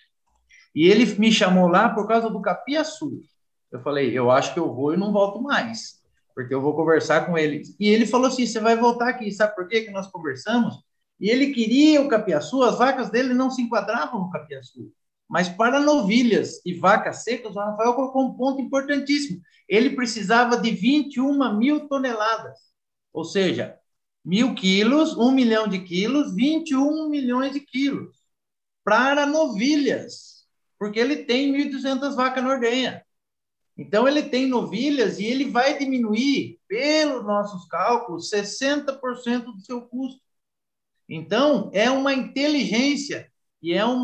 E ele me chamou lá por causa do capiaçu. Eu falei, eu acho que eu vou e não volto mais, porque eu vou conversar com ele. E ele falou assim, você vai voltar aqui, sabe por quê que nós conversamos? E ele queria o capiaçu, as vacas dele não se enquadravam no capiaçu. Mas para novilhas e vacas secas, o Rafael colocou um ponto importantíssimo. Ele precisava de 21 mil toneladas. Ou seja, 1.000 quilos, 1 milhão de quilos, 21 milhões de quilos. Para novilhas. Porque ele tem 1.200 vacas na ordenha. Então, ele tem novilhas e ele vai diminuir, pelos nossos cálculos, 60% do seu custo. Então, é uma inteligência e é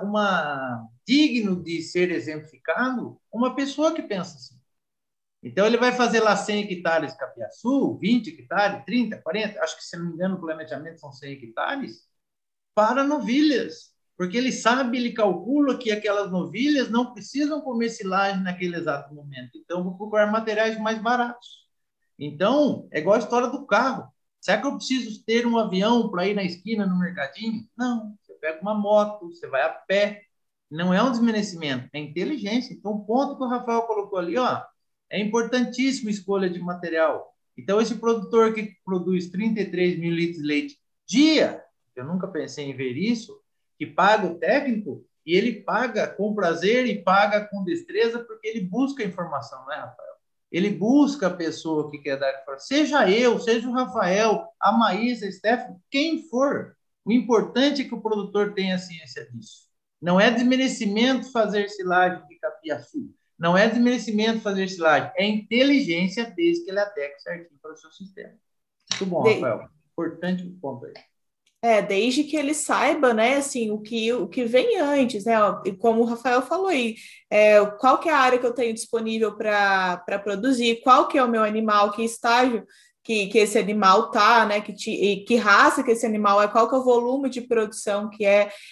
uma digno de ser exemplificado uma pessoa que pensa assim. Então, ele vai fazer lá 100 hectares de capiaçu, 20 hectares, 30, 40, acho que, se não me engano, o planejamento são 100 hectares, para novilhas. Porque ele sabe, ele calcula que aquelas novilhas não precisam comer silagem naquele exato momento. Então, vou procurar materiais mais baratos. Então, é igual a história do carro. Será que eu preciso ter um avião para ir na esquina, no mercadinho? Não. Você pega uma moto, você vai a pé. Não é um desmerecimento, é inteligência. Então, o ponto que o Rafael colocou ali, ó, é importantíssimo a escolha de material. Então, esse produtor que produz 33 mil litros de leite dia, eu nunca pensei em ver isso, que paga o técnico, e ele paga com prazer e paga com destreza, porque ele busca informação, né, Rafael? Ele busca a pessoa que quer dar informação. Seja eu, seja o Rafael, a Maísa, a Stephanie, quem for. O importante é que o produtor tenha ciência disso. Não é desmerecimento fazer silagem de capiaçu. Não é desmerecimento fazer silagem. É inteligência desde que ele adeque certinho para o seu sistema. Muito bom, Rafael. Importante o ponto aí. Desde que ele saiba, né, assim, o que vem antes, né, e como o Rafael falou aí, qual que é a área que eu tenho disponível para produzir, qual que é o meu animal, que estágio que esse animal tá, né, que raça que esse animal é, qual que é o volume de produção que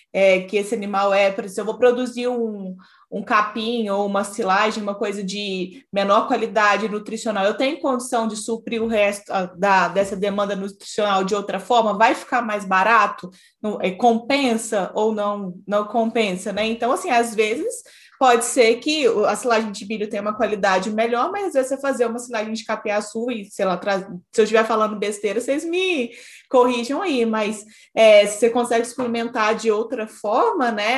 esse animal é, por exemplo, eu vou produzir um capim ou uma silagem, uma coisa de menor qualidade nutricional, eu tenho condição de suprir o resto dessa demanda nutricional de outra forma? Vai ficar mais barato? Compensa ou não compensa, né? Então, assim, às vezes pode ser que a silagem de milho tenha uma qualidade melhor, mas às vezes você fazer uma silagem de capiaçu e, sei lá, se eu estiver falando besteira, vocês me corrijam aí, mas se você consegue suplementar de outra forma, né,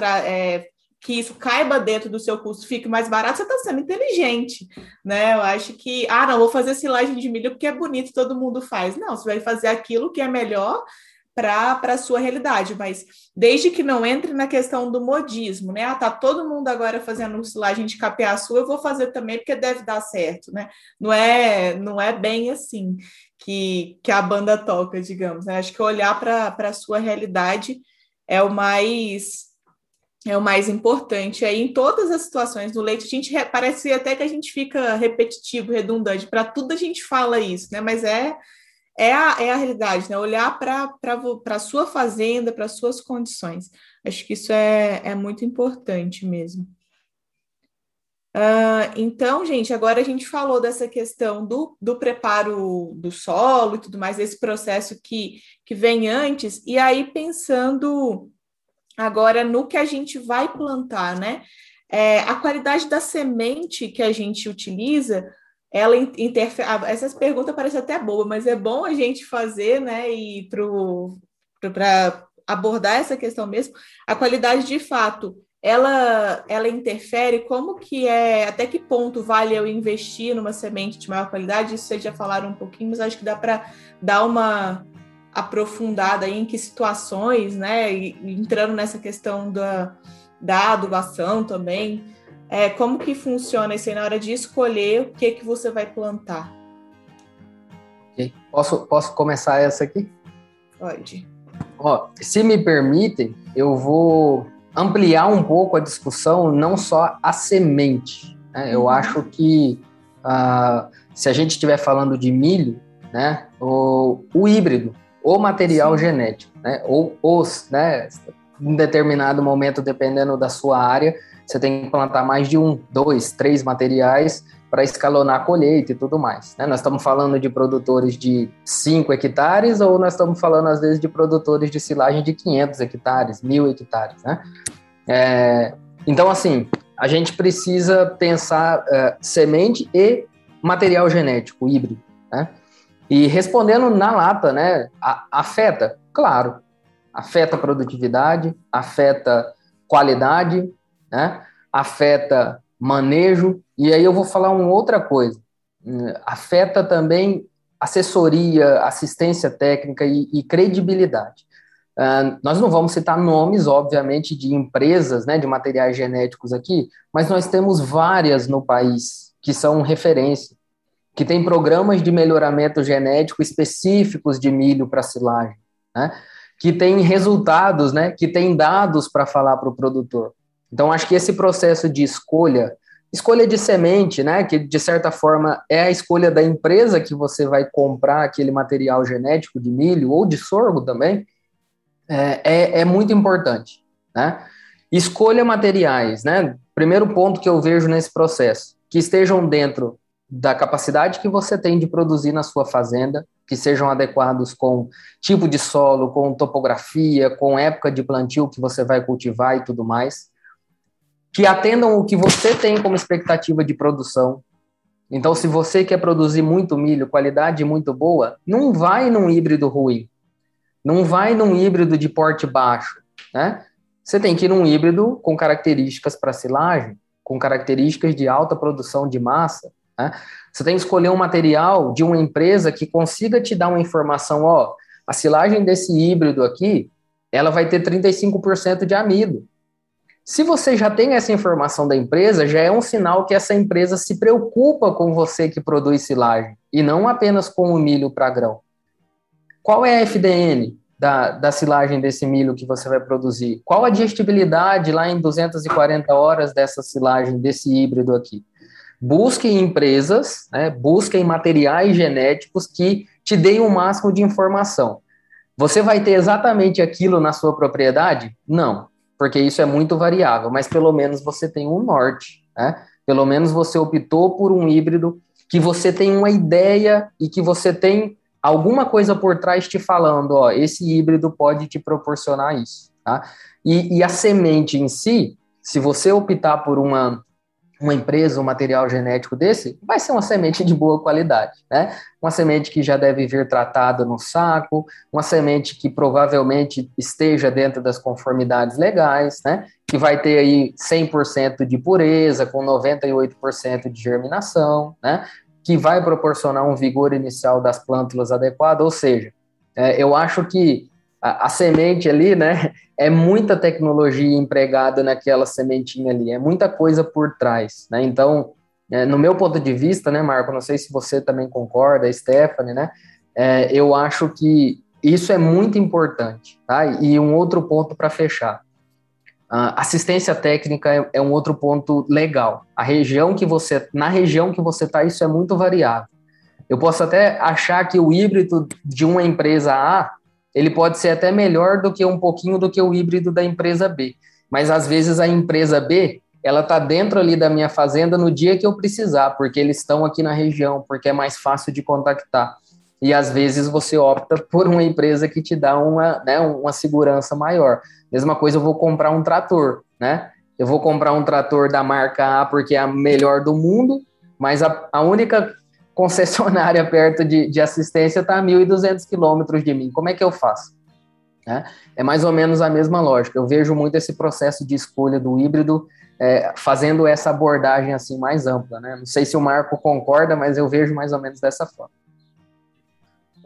que isso caiba dentro do seu custo, fique mais barato, você está sendo inteligente, né? Eu acho que, não, vou fazer silagem de milho porque é bonito, todo mundo faz. Não, você vai fazer aquilo que é melhor para a sua realidade, mas desde que não entre na questão do modismo, né? Tá todo mundo agora fazendo silagem de capiaçu, eu vou fazer também porque deve dar certo, né? Não é bem assim que a banda toca, digamos, né? Acho que olhar para a sua realidade é o mais importante. Aí, em todas as situações do leite, parece até que a gente fica repetitivo, redundante, para tudo a gente fala isso, né? Mas é a realidade, né? Olhar para a sua fazenda, para as suas condições. Acho que isso é muito importante mesmo. Então, gente, agora a gente falou dessa questão do preparo do solo e tudo mais, desse processo que vem antes, e aí pensando agora no que a gente vai plantar, né? A qualidade da semente que a gente utiliza, ela interfere. Essas perguntas parecem até boas, mas é bom a gente fazer, né? E para abordar essa questão mesmo, a qualidade de fato, ela interfere, como que até que ponto vale eu investir numa semente de maior qualidade? Isso vocês já falaram um pouquinho, mas acho que dá para dar uma aprofundada aí em que situações, né? E entrando nessa questão da adubação também, como que funciona isso aí na hora de escolher o que você vai plantar? Okay. Posso começar essa aqui? Pode. Se me permitem, eu vou ampliar um pouco a discussão, não só a semente, né? Eu acho que se a gente estiver falando de milho, né, o híbrido, o material genético, né, ou né, em determinado momento, dependendo da sua área, você tem que plantar mais de 1, 2, 3 materiais para escalonar a colheita e tudo mais, né? Nós estamos falando de produtores de 5 hectares ou nós estamos falando, às vezes, de produtores de silagem de 500 hectares, 1.000 hectares, né? Então, assim, a gente precisa pensar semente e material genético híbrido, né? E respondendo na lata, né? Afeta? Claro. Afeta a produtividade, afeta qualidade, né? Afeta manejo, e aí eu vou falar uma outra coisa. Afeta também assessoria, assistência técnica e credibilidade. Nós não vamos citar nomes, obviamente, de empresas, né, de materiais genéticos aqui, mas nós temos várias no país que são referência, que tem programas de melhoramento genético específicos de milho para silagem, né, que tem resultados, né, que tem dados para falar para o produtor. Então, acho que esse processo de escolha de semente, né, que de certa forma é a escolha da empresa que você vai comprar aquele material genético de milho ou de sorgo também, é muito importante, né? Escolha materiais, né? Primeiro ponto que eu vejo nesse processo, que estejam dentro da capacidade que você tem de produzir na sua fazenda, que sejam adequados com tipo de solo, com topografia, com época de plantio que você vai cultivar e tudo mais, que atendam o que você tem como expectativa de produção. Então, se você quer produzir muito milho, qualidade muito boa, não vai num híbrido ruim, não vai num híbrido de porte baixo, né? Você tem que ir num híbrido com características para silagem, com características de alta produção de massa, né? Você tem que escolher um material de uma empresa que consiga te dar uma informação, a silagem desse híbrido aqui, ela vai ter 35% de amido. Se você já tem essa informação da empresa, já é um sinal que essa empresa se preocupa com você que produz silagem, e não apenas com o milho para grão. Qual é a FDN da silagem desse milho que você vai produzir? Qual a digestibilidade lá em 240 horas dessa silagem, desse híbrido aqui? Busquem empresas, né, busquem materiais genéticos que te deem o máximo de informação. Você vai ter exatamente aquilo na sua propriedade? Não, porque isso é muito variável, mas pelo menos você tem um norte, né? Pelo menos você optou por um híbrido que você tem uma ideia e que você tem alguma coisa por trás te falando, esse híbrido pode te proporcionar isso, tá? E a semente em si, se você optar por uma empresa, um material genético desse, vai ser uma semente de boa qualidade, né? Uma semente que já deve vir tratada no saco, uma semente que provavelmente esteja dentro das conformidades legais, né? Que vai ter aí 100% de pureza, com 98% de germinação, né? Que vai proporcionar um vigor inicial das plântulas adequado, ou seja, eu acho que a semente ali, né, é muita tecnologia empregada naquela sementinha ali, é muita coisa por trás, né? Então, no meu ponto de vista, né, Marco, não sei se você também concorda, Stephanie, né, eu acho que isso é muito importante, tá? E um outro ponto para fechar, assistência técnica é um outro ponto legal. Na região que você está, isso é muito variável. Eu posso até achar que o híbrido de uma empresa A, ele pode ser até melhor do que um pouquinho do que o híbrido da empresa B. Mas, às vezes, a empresa B, ela está dentro ali da minha fazenda no dia que eu precisar, porque eles estão aqui na região, porque é mais fácil de contactar. E, às vezes, você opta por uma empresa que te dá uma segurança maior. Mesma coisa, eu vou comprar um trator, né? Eu vou comprar um trator da marca A porque é a melhor do mundo, mas a única concessionária perto de assistência está a 1.200 quilômetros de mim. Como é que eu faço? É mais ou menos a mesma lógica. Eu vejo muito esse processo de escolha do híbrido fazendo essa abordagem assim mais ampla, né? Não sei se o Marco concorda, mas eu vejo mais ou menos dessa forma.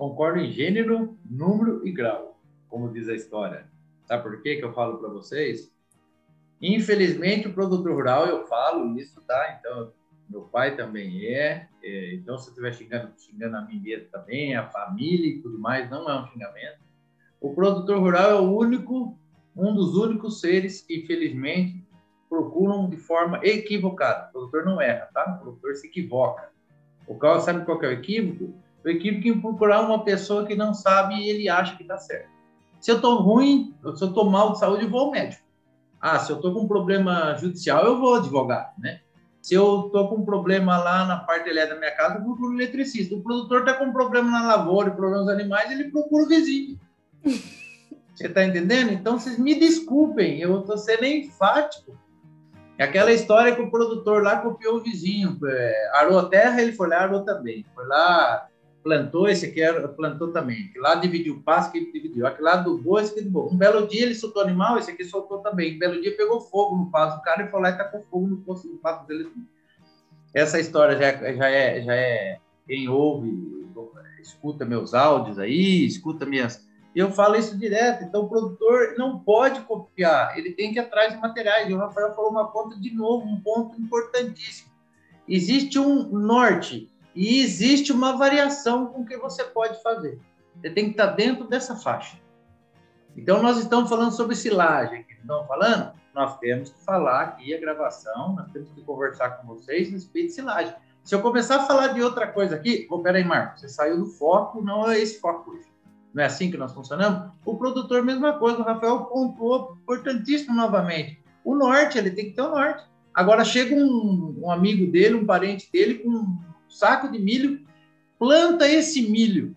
Concordo em gênero, número e grau, como diz a história. Sabe por quê que eu falo para vocês? Infelizmente, o produtor rural, eu falo isso, tá? Então, meu pai também então se eu estiver xingando a mim mesmo também, a família e tudo mais, não é um xingamento. O produtor rural é um dos únicos seres que, infelizmente, procuram de forma equivocada. O produtor não erra, tá? O produtor se equivoca. Sabe qual que é o equívoco? O equívoco é procurar uma pessoa que não sabe e ele acha que está certo. Se eu estou ruim, se eu estou mal de saúde, eu vou ao médico. Se eu estou com um problema judicial, eu vou ao advogado, né? Se eu estou com um problema lá na parte elétrica da minha casa, eu procuro um eletricista. O produtor está com um problema na lavoura e problema nos animais, ele procura o vizinho. Você está entendendo? Então, vocês me desculpem, eu estou sendo enfático. É aquela história que o produtor lá copiou o vizinho. Arou a terra, ele foi lá, arou também. Foi lá, plantou, esse aqui plantou também. Aquele lá dividiu o pasto, que ele dividiu. Aquele lá adubou, esse aqui adubou. Um belo dia ele soltou animal, esse aqui soltou também. Um belo dia pegou fogo no pasto do cara e foi lá e tacou fogo no pasto dele. Essa história já é quem ouve, escuta meus áudios aí, escuta minhas... Eu falo isso direto. Então, o produtor não pode copiar, ele tem que ir atrás de materiais. E o Rafael falou uma conta de novo, um ponto importantíssimo. Existe um norte e existe uma variação com que você pode fazer. Você tem que estar dentro dessa faixa. Então, nós estamos falando sobre silagem aqui. Estamos falando? Nós temos que falar aqui a gravação, nós temos que conversar com vocês a respeito de silagem. Se eu começar a falar de outra coisa aqui... Peraí, Marcos, você saiu do foco, não é esse foco hoje. Não é assim que nós funcionamos? O produtor, mesma coisa. O Rafael pontuou importantíssimo novamente. O norte, ele tem que ter o norte. Agora, chega um amigo dele, um parente dele, com um saco de milho, planta esse milho.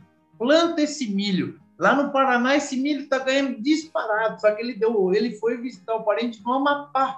Lá no Paraná, esse milho está ganhando disparado. Só que ele foi visitar o parente no Amapá.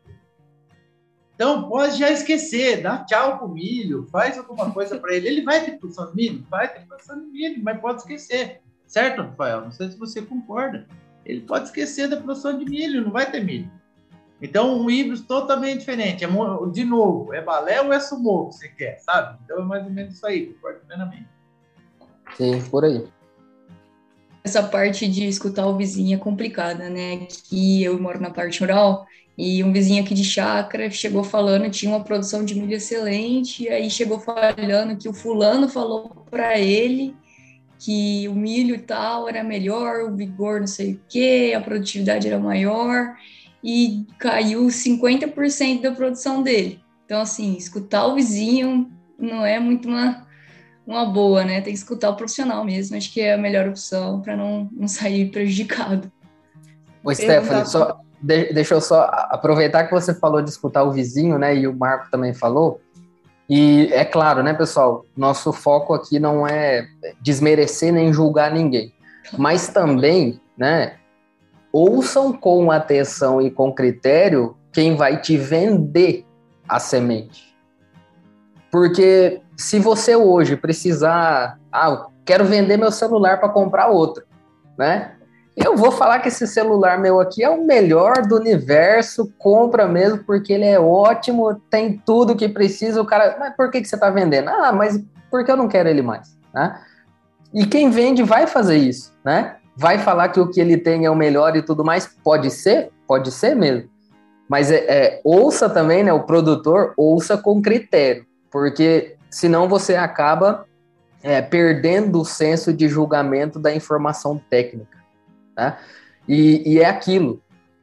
Então, pode já esquecer, dá tchau pro milho, faz alguma coisa para ele. Ele vai ter produção de milho? Vai ter produção de milho, mas pode esquecer. Certo, Rafael? Não sei se você concorda. Ele pode esquecer da produção de milho, não vai ter milho. Então, um híbrido totalmente diferente. De novo, é balé ou é sumô que você quer, sabe? Então, é mais ou menos isso aí, concordo plenamente. Sim, por aí. Essa parte de escutar o vizinho é complicada, né? Que eu moro na parte rural e um vizinho aqui de chácara chegou falando, tinha uma produção de milho excelente, e aí chegou falando que o fulano falou para ele que o milho e tal era melhor, o vigor não sei o quê, a produtividade era maior, e caiu 50% da produção dele. Então, assim, escutar o vizinho não é muito uma boa, né? Tem que escutar o profissional mesmo, acho que é a melhor opção para não sair prejudicado. Ô, Stephanie, deixa eu só aproveitar que você falou de escutar o vizinho, né, e o Marco também falou. E é claro, né, pessoal, nosso foco aqui não é desmerecer nem julgar ninguém, mas também, né, ouçam com atenção e com critério quem vai te vender a semente. Porque se você hoje precisar, eu quero vender meu celular para comprar outro, né? Eu vou falar que esse celular meu aqui é o melhor do universo, compra mesmo, porque ele é ótimo, tem tudo que precisa. O cara, mas por que você está vendendo? Mas porque eu não quero ele mais, né? E quem vende vai fazer isso, né? Vai falar que o que ele tem é o melhor e tudo mais. Pode ser mesmo. Mas ouça também, né? O produtor, ouça com critério, porque senão você acaba perdendo o senso de julgamento da informação técnica. Tá? E é aquilo,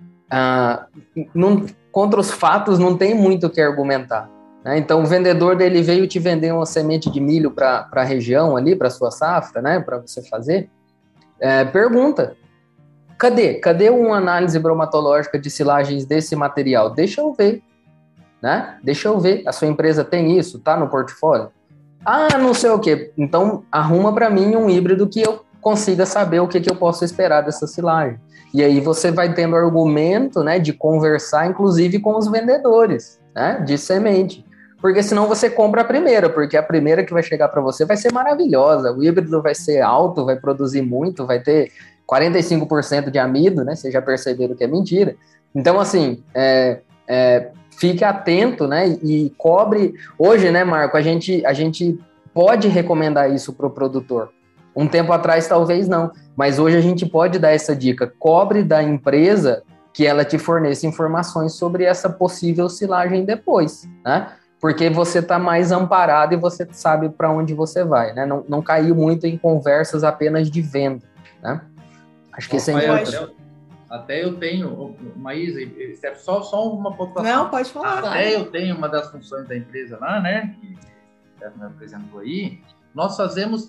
contra os fatos não tem muito o que argumentar, né? Então o vendedor dele veio te vender uma semente de milho para a região ali, para sua safra, né? Para você fazer, pergunta, cadê uma análise bromatológica de silagens desse material? Deixa eu ver, né? Deixa eu ver, a sua empresa tem isso, tá no portfólio? Não sei o que, então arruma para mim um híbrido que eu consiga saber o que eu posso esperar dessa silagem. E aí você vai tendo argumento, né, de conversar, inclusive, com os vendedores, né, de semente. Porque senão você compra a primeira, porque a primeira que vai chegar para você vai ser maravilhosa. O híbrido vai ser alto, vai produzir muito, vai ter 45% de amido, né, vocês já perceberam que é mentira. Então, assim, fique atento, né, e cobre... Hoje, né, Marco, a gente pode recomendar isso para o produtor. Um tempo atrás, talvez não. Mas hoje a gente pode dar essa dica. Cobre da empresa que ela te forneça informações sobre essa possível silagem depois, né? Porque você está mais amparado e você sabe para onde você vai, né? Não caiu muito em conversas apenas de venda, né? Acho que isso é importante. Até eu tenho, Maísa, só uma pontuação. Não, pode falar. Até eu tenho uma das funções da empresa lá, né? Que me apresentou aí. Nós fazemos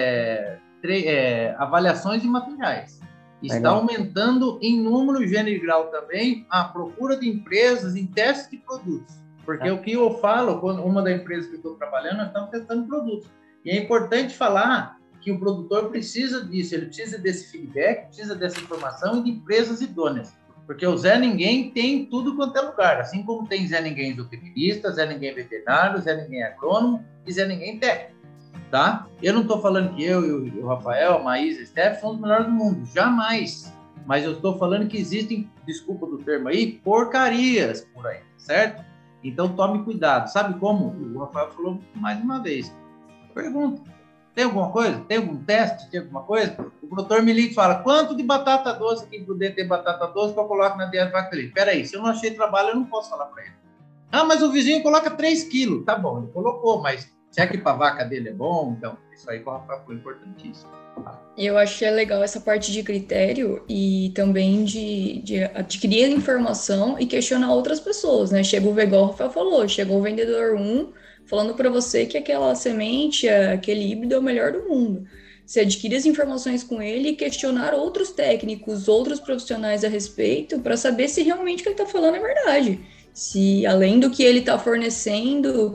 avaliações de materiais. Está aumentando em número, gênero e grau também a procura de empresas em testes de produtos. Porque o que eu falo, quando uma das empresas que eu estou trabalhando, nós estamos testando produtos. E é importante falar que o produtor precisa disso, ele precisa desse feedback, precisa dessa informação e de empresas idôneas. Porque o Zé Ninguém tem tudo quanto é lugar. Assim como tem Zé Ninguém zootecnista, Zé Ninguém veterinário, Zé Ninguém agrônomo e Zé Ninguém técnico. Tá? Eu não estou falando que eu e o Rafael, a Maísa e a Steph somos os melhores do mundo. Jamais. Mas eu estou falando que existem, desculpa do termo aí, porcarias por aí, certo? Então tome cuidado. Sabe como? O Rafael falou mais uma vez. Pergunta. Tem alguma coisa? Tem algum teste? Tem alguma coisa? O produtor me liga e fala, quanto de batata doce aqui para poder ter batata doce que eu coloco na dieta bacteriana? Espera aí, se eu não achei trabalho, eu não posso falar para ele. Ah, mas o vizinho coloca 3 quilos. Tá bom, ele colocou, mas será que para a vaca dele é bom? Então, isso aí que o Rafael foi importantíssimo. Eu acho que é legal essa parte de critério e também de adquirir informação e questionar outras pessoas, né? Chega igual o Rafael falou, chegou o vendedor 1 falando para você que aquela semente, aquele híbrido é o melhor do mundo. Você adquire as informações com ele e questionar outros técnicos, outros profissionais a respeito para saber se realmente o que ele está falando é verdade. Se além do que ele está fornecendo,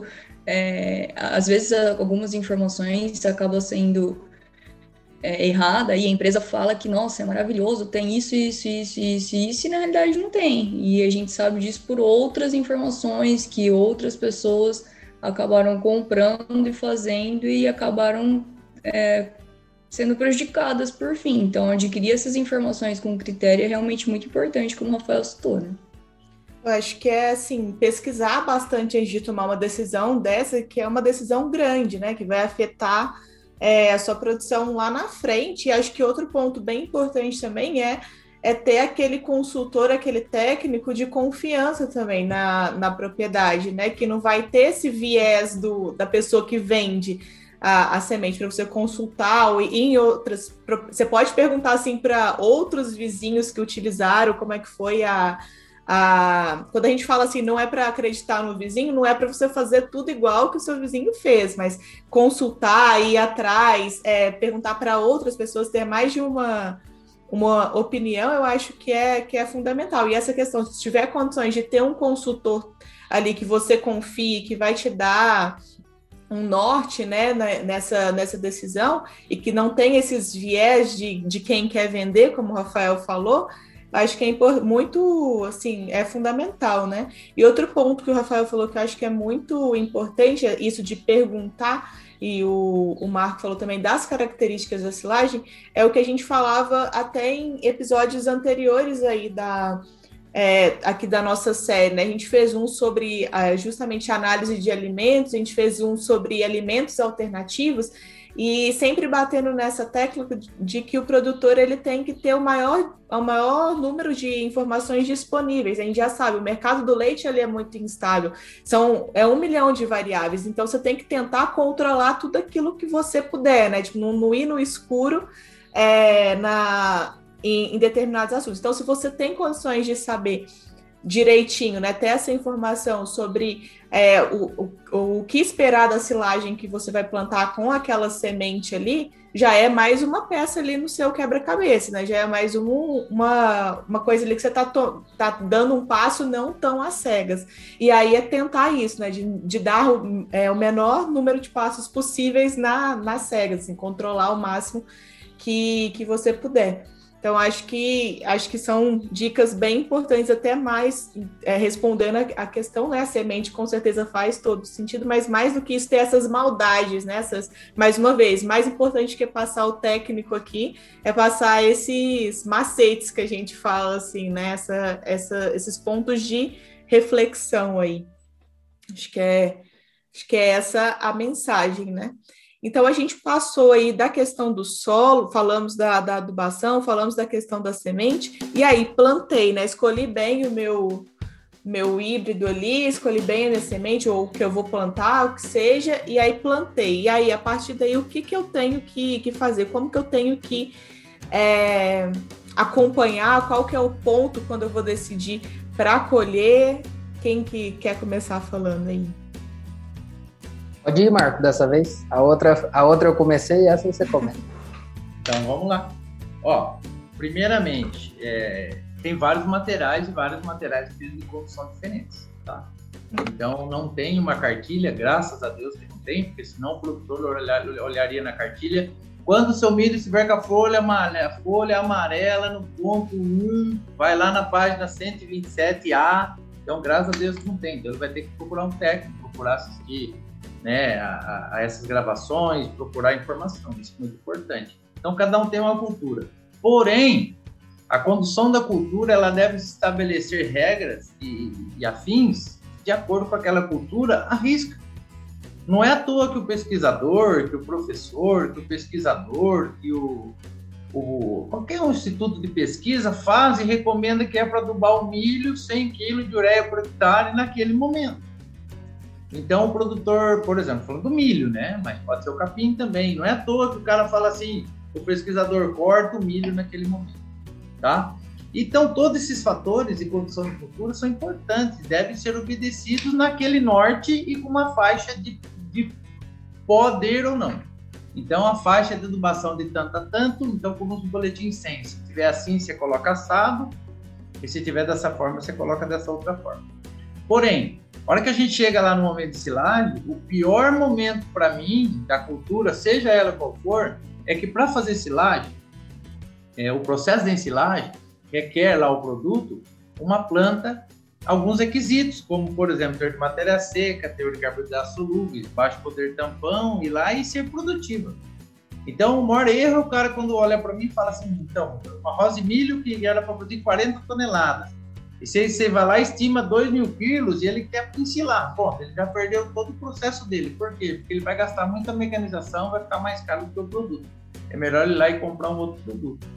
às vezes algumas informações acabam sendo errada e a empresa fala que, nossa, é maravilhoso, tem isso, e na realidade não tem. E a gente sabe disso por outras informações que outras pessoas acabaram comprando e fazendo e acabaram sendo prejudicadas por fim. Então, adquirir essas informações com critério é realmente muito importante, como o Rafael citou, né? Eu acho que assim, pesquisar bastante antes de tomar uma decisão dessa, que é uma decisão grande, né? Que vai afetar a sua produção lá na frente. E acho que outro ponto bem importante também é ter aquele consultor, aquele técnico de confiança também na propriedade, né? Que não vai ter esse viés da pessoa que vende a semente para você consultar, ou em outras. Você pode perguntar assim para outros vizinhos que utilizaram, como é que foi quando a gente fala assim, não é para acreditar no vizinho, não é para você fazer tudo igual que o seu vizinho fez, mas consultar, ir atrás, perguntar para outras pessoas, ter mais de uma opinião, eu acho que é fundamental. E essa questão, se tiver condições de ter um consultor ali que você confie, que vai te dar um norte, né, nessa decisão, e que não tem esses viés de quem quer vender, como o Rafael falou, acho que é muito, assim, é fundamental, né? E outro ponto que o Rafael falou que eu acho que é muito importante, é isso de perguntar, e o Marco falou também das características da silagem, é o que a gente falava até em episódios anteriores aí aqui da nossa série, né? A gente fez um sobre justamente análise de alimentos, a gente fez um sobre alimentos alternativos, e sempre batendo nessa técnica de que o produtor ele tem que ter o maior número de informações disponíveis. A gente já sabe, o mercado do leite ele é muito instável, 1 milhão de variáveis, então você tem que tentar controlar tudo aquilo que você puder, né? Tipo, não ir no escuro em determinados assuntos. Então, se você tem condições de saber direitinho, né, ter essa informação sobre o que esperar da silagem que você vai plantar com aquela semente ali, já é mais uma peça ali no seu quebra-cabeça, né? Já é mais uma coisa ali que você tá dando um passo não tão às cegas. E aí é tentar isso, né? De dar o menor número de passos possíveis nas cegas, assim, controlar o máximo que você puder. Então, acho que são dicas bem importantes, até mais respondendo a questão, né? A semente com certeza faz todo sentido, mas mais do que isso, ter essas maldades, né? Mais uma vez, mais importante que passar o técnico aqui é passar esses macetes que a gente fala, assim, né? Esses pontos de reflexão aí. Acho que é essa a mensagem, né? Então, a gente passou aí da questão do solo, falamos da adubação, falamos da questão da semente, e aí plantei, né? Escolhi bem o meu híbrido ali, escolhi bem a minha semente, ou o que eu vou plantar, o que seja, e aí plantei. E aí, a partir daí, o que eu tenho que fazer? Como que eu tenho que acompanhar? Qual que é o ponto quando eu vou decidir para colher? Quem que quer começar falando aí? Pode ir, Marco, dessa vez. A outra eu comecei e essa você começa. Então, vamos lá. Ó, primeiramente, tem vários materiais de condução diferentes, tá? Então, não tem uma cartilha, graças a Deus que não tem, porque senão o produtor olharia na cartilha. Quando o seu milho estiver com a folha amarela no ponto 1, vai lá na página 127A. Então, graças a Deus que não tem. Então, ele vai ter que procurar um técnico, procurar assistir, né, a essas gravações, procurar informação. Isso é muito importante. Então, cada um tem uma cultura. Porém, a condução da cultura, ela deve estabelecer regras e afins de acordo com aquela cultura à risca. Não é à toa que o pesquisador, que o professor, que o pesquisador, que qualquer instituto de pesquisa faz e recomenda que é para adubar o milho 100 kg de ureia por hectare naquele momento. Então, o produtor, por exemplo, falando do milho, né? Mas pode ser o capim também. Não é à toa que o cara fala assim, o pesquisador corta o milho naquele momento, tá? Então, todos esses fatores de condução de cultura são importantes, devem ser obedecidos naquele norte e com uma faixa de poder ou não. Então, a faixa de adubação de tanto a tanto, então, como no boletim 100, se tiver assim, você coloca assado, e se tiver dessa forma, você coloca dessa outra forma. Porém, a hora que a gente chega lá no momento de silagem, o pior momento para mim, da cultura, seja ela qual for, é que para fazer silagem, o processo de ensilagem requer lá o produto, uma planta, alguns requisitos, como, por exemplo, ter de matéria seca, ter de carboidratos solúveis, baixo poder tampão, ir lá e ser produtiva. Então, o maior erro, o cara, quando olha para mim, fala assim, então, uma rosa de milho que era para produzir 40 toneladas, e você vai lá e estima 2.000 quilos e ele quer ensilar. Bom, ele já perdeu todo o processo dele. Por quê? Porque ele vai gastar muita mecanização, vai ficar mais caro do que o produto. É melhor ele ir lá e comprar um outro produto.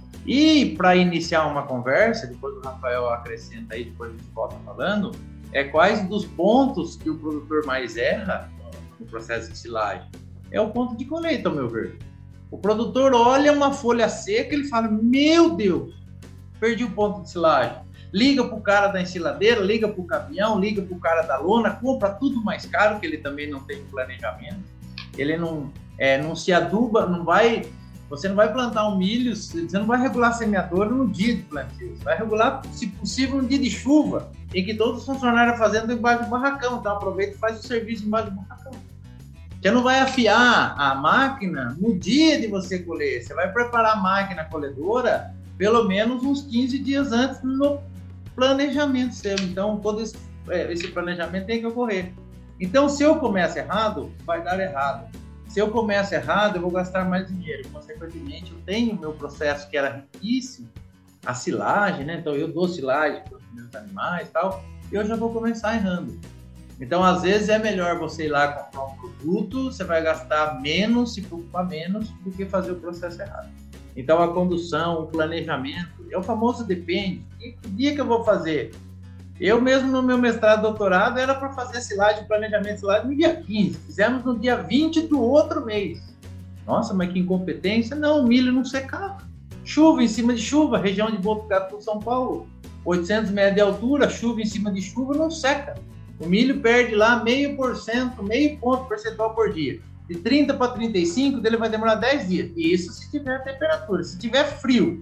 E para iniciar uma conversa, depois o Rafael acrescenta aí, depois a gente volta falando, quais dos pontos que o produtor mais erra no processo de silagem. É o ponto de colheita, ao meu ver. O produtor olha uma folha seca e ele fala, meu Deus, perdi o ponto de silagem. Liga para o cara da ensiladeira, liga para o caminhão, liga para o cara da lona, compra tudo mais caro, que ele também não tem planejamento. Ele não se aduba, você não vai plantar um milho, você não vai regular a semeadora no dia de plantio, você vai regular, se possível, no dia de chuva, em que todos os funcionários fazendo embaixo do barracão, então aproveita e faz o serviço embaixo do barracão. Você não vai afiar a máquina no dia de você colher, você vai preparar a máquina colhedora pelo menos uns 15 dias antes no planejamento seu. Então, todo esse planejamento tem que ocorrer. Então, se eu começo errado, vai dar errado. Se eu começo errado, eu vou gastar mais dinheiro. Consequentemente, eu tenho o meu processo que era riquíssimo, a silagem, né? Então, eu dou silagem para os meus animais e tal, e eu já vou começar errando. Então, às vezes, é melhor você ir lá comprar um produto, você vai gastar menos, se preocupar menos, do que fazer o processo errado. Então, a condução, o planejamento, é o famoso depende. Que dia que eu vou fazer? Eu mesmo, no meu mestrado e doutorado, era para fazer silagem, planejamento de silagem no dia 15. Fizemos no dia 20 do outro mês. Nossa, mas que incompetência. Não, o milho não secava. Chuva em cima de chuva, região de Botucatu, São Paulo. 800 metros de altura, chuva em cima de chuva, não seca. O milho perde lá 0,5%, meio ponto percentual por dia. De 30 para 35, dele vai demorar 10 dias. E isso se tiver temperatura. Se tiver frio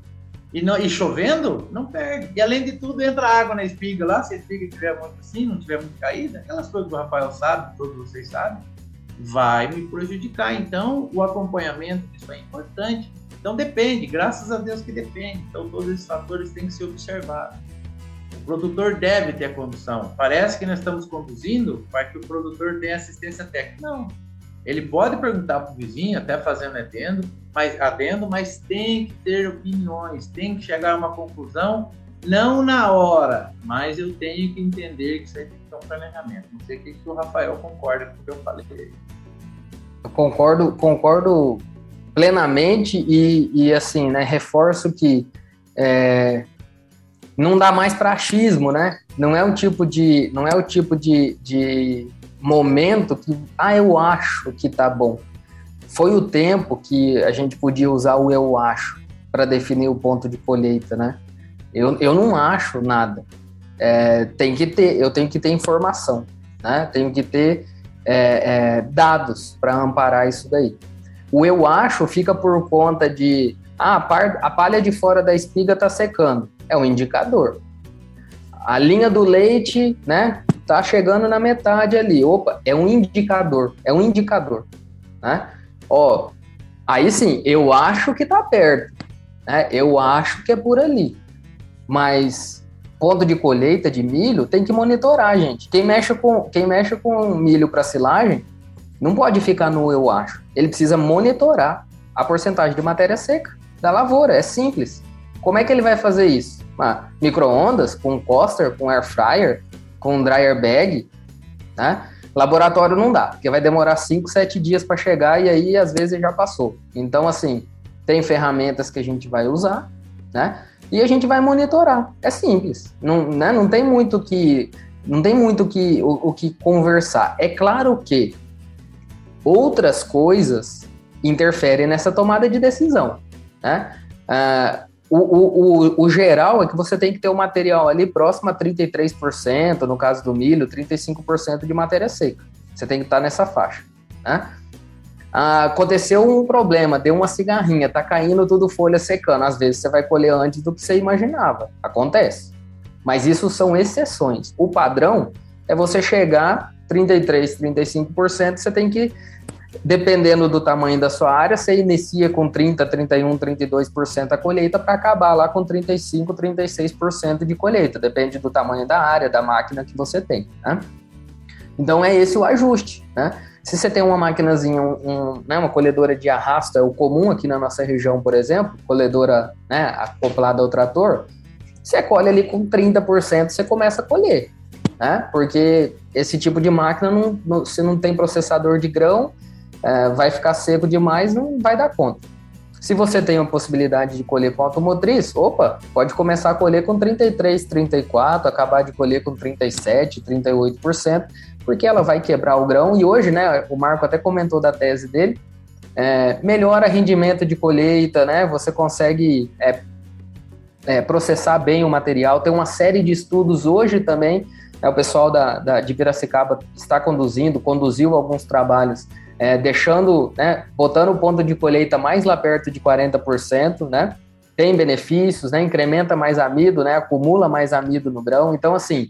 e chovendo, não perde. E além de tudo, entra água na espiga lá. Se a espiga estiver muito assim, não tiver muito caída, aquelas coisas que o Rafael sabe, todos vocês sabem, vai me prejudicar. Então, o acompanhamento disso é importante. Então, depende. Graças a Deus que depende. Então, todos esses fatores têm que ser observados. O produtor deve ter a condução. Parece que nós estamos conduzindo para que o produtor tenha assistência técnica. Não. Ele pode perguntar para o vizinho, até fazendo adendo, mas tem que ter opiniões, tem que chegar a uma conclusão, não na hora, mas eu tenho que entender que isso aí tem que ter um planejamento. Não sei o que o Rafael concorda com o que eu falei. concordo plenamente e assim, né, reforço que não dá mais para achismo, né? Não é o tipo de momento que, eu acho que tá bom. Foi o tempo que a gente podia usar o eu acho para definir o ponto de colheita, né? Eu não acho nada. Eu tenho que ter informação, né? Tenho que ter dados para amparar isso daí. O eu acho fica por conta de a palha de fora da espiga está secando. É um indicador. A linha do leite, né, tá chegando na metade ali. Opa, é um indicador, né? Ó, aí sim, eu acho que tá perto, né? Eu acho que é por ali. Mas ponto de colheita de milho tem que monitorar, gente. Quem mexe com milho para silagem não pode ficar no eu acho. Ele precisa monitorar a porcentagem de matéria seca da lavoura. É simples. Como é que ele vai fazer isso? Micro-ondas, com coaster, com air fryer, com dryer bag, né? Laboratório não dá, porque vai demorar 5, 7 dias para chegar e aí às vezes já passou. Então, assim, tem ferramentas que a gente vai usar, né? E a gente vai monitorar. É simples. Não tem muito o que conversar. É claro que outras coisas interferem nessa tomada de decisão, né? O geral é que você tem que ter o material ali próximo a 33%, no caso do milho, 35% de matéria seca. Você tem que estar nessa faixa, né? Aconteceu um problema, deu uma cigarrinha, tá caindo tudo folha secando. Às vezes você vai colher antes do que você imaginava. Acontece. Mas isso são exceções. O padrão é você chegar 33%, 35%, você tem que, dependendo do tamanho da sua área, você inicia com 30%, 31%, 32% a colheita para acabar lá com 35%, 36% de colheita. Depende do tamanho da área, da máquina que você tem, né? Então é esse o ajuste, né? Se você tem uma maquinazinha, uma colhedora de arrasto, é o comum aqui na nossa região, por exemplo, colhedora, né, acoplada ao trator, você colhe ali com 30%, você começa a colher, né? Porque esse tipo de máquina, se não tem processador de grão, vai ficar seco demais, não vai dar conta. Se você tem a possibilidade de colher com automotriz, pode começar a colher com 33%, 34%, acabar de colher com 37%, 38%, porque ela vai quebrar o grão. E hoje, né, o Marco até comentou da tese dele, melhora rendimento de colheita, né? Você consegue processar bem o material. Tem uma série de estudos hoje também, o pessoal de Piracicaba está conduziu alguns trabalhos, botando o ponto de colheita mais lá perto de 40%, né? Tem benefícios, né? Incrementa mais amido, né? Acumula mais amido no grão. Então, assim,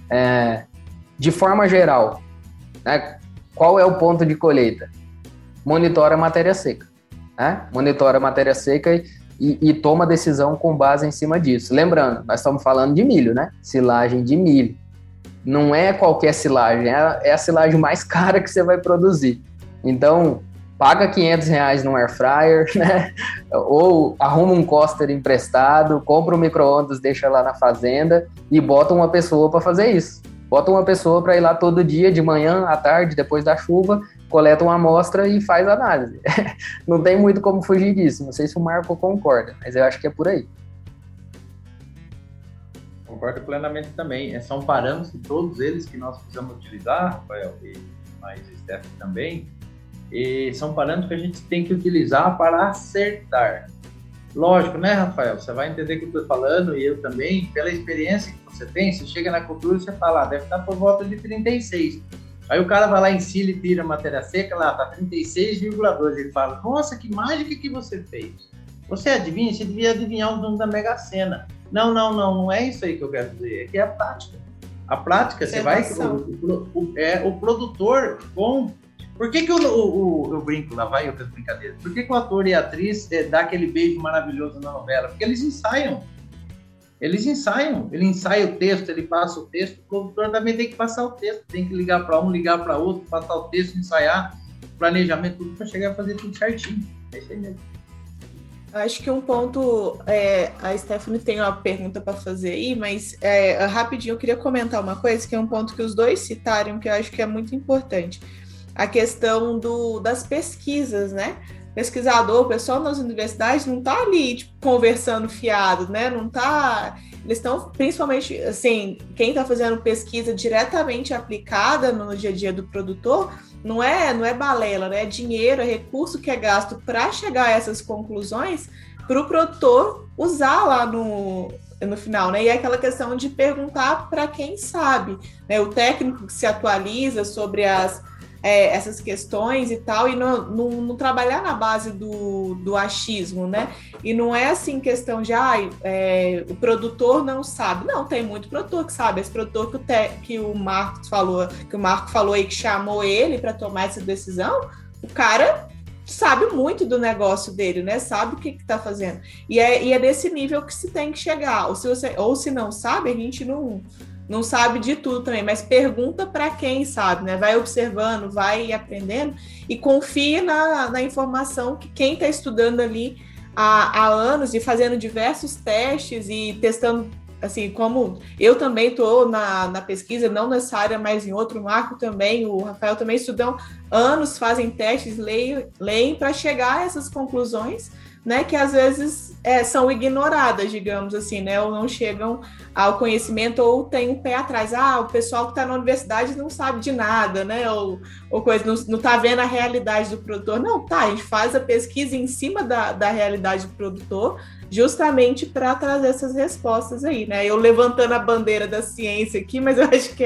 de forma geral, né? Qual é o ponto de colheita? Monitora a matéria seca, né? Monitora a matéria seca e toma decisão com base em cima disso. Lembrando, nós estamos falando de milho, né? Silagem de milho. Não é qualquer silagem, é a silagem mais cara que você vai produzir. Então, paga R$500 no air fryer, né? Ou arruma um coaster emprestado, compra um micro-ondas, deixa lá na fazenda e bota uma pessoa para fazer isso. Bota uma pessoa para ir lá todo dia, de manhã, à tarde, depois da chuva, coleta uma amostra e faz análise. Não tem muito como fugir disso. Não sei se o Marco concorda, mas eu acho que é por aí. Concordo plenamente também. São parâmetros, todos eles que nós precisamos utilizar, Rafael, e mais o Steph também, e são parâmetros que a gente tem que utilizar para acertar. Lógico, né, Rafael? Você vai entender o que eu estou falando, e eu também, pela experiência que você tem, você chega na cultura e você fala, deve estar por volta de 36. Aí o cara vai lá em cima e tira a matéria seca, lá está 36,2. Ele fala, nossa, que mágica que você fez. Você adivinha? Você devia adivinhar o número da Mega Sena. Não é isso aí que eu quero dizer. É que é a prática. A prática, você vai... O produtor com... Por que eu brinco lá, vai outras brincadeiras? Por que o ator e a atriz dá aquele beijo maravilhoso na novela? Porque eles ensaiam. Ele ensaia o texto, ele passa o texto. O produtor também tem que passar o texto. Tem que ligar para um, ligar para outro, passar o texto, ensaiar, planejamento, tudo para chegar a fazer tudo certinho. É isso aí mesmo. Acho que um ponto, a Stephanie tem uma pergunta para fazer aí, mas rapidinho eu queria comentar uma coisa, que é um ponto que os dois citaram, que eu acho que é muito importante. a questão das pesquisas, né? Pesquisador, o pessoal nas universidades não está ali tipo, conversando fiado, né? Não tá. Eles estão, principalmente, assim, quem está fazendo pesquisa diretamente aplicada no dia a dia do produtor, não é balela, né? É dinheiro, é recurso que é gasto para chegar a essas conclusões para o produtor usar lá no final, né? E é aquela questão de perguntar para quem sabe, né? O técnico que se atualiza sobre essas questões e tal, e não trabalhar na base do achismo, né? E não é assim questão de o produtor não sabe. Não, tem muito produtor que sabe. Esse produtor que o Marco falou aí, que chamou ele para tomar essa decisão, o cara sabe muito do negócio dele, né? Sabe o que está fazendo. E é desse nível que se tem que chegar. Ou se não sabe, a gente não sabe de tudo também, mas pergunta para quem sabe, né? Vai observando, vai aprendendo e confia na informação que quem está estudando ali há anos e fazendo diversos testes e testando, assim, como eu também estou na pesquisa, não nessa área, mas em outro, o Marco também, o Rafael também estudam anos, fazem testes, leem para chegar a essas conclusões, né, que às vezes são ignoradas, digamos assim, né, ou não chegam ao conhecimento, ou tem um pé atrás. O pessoal que está na universidade não sabe de nada, né, ou coisa, não está vendo a realidade do produtor. Não, a gente faz a pesquisa em cima da realidade do produtor, justamente para trazer essas respostas aí, né, eu levantando a bandeira da ciência aqui, mas eu acho que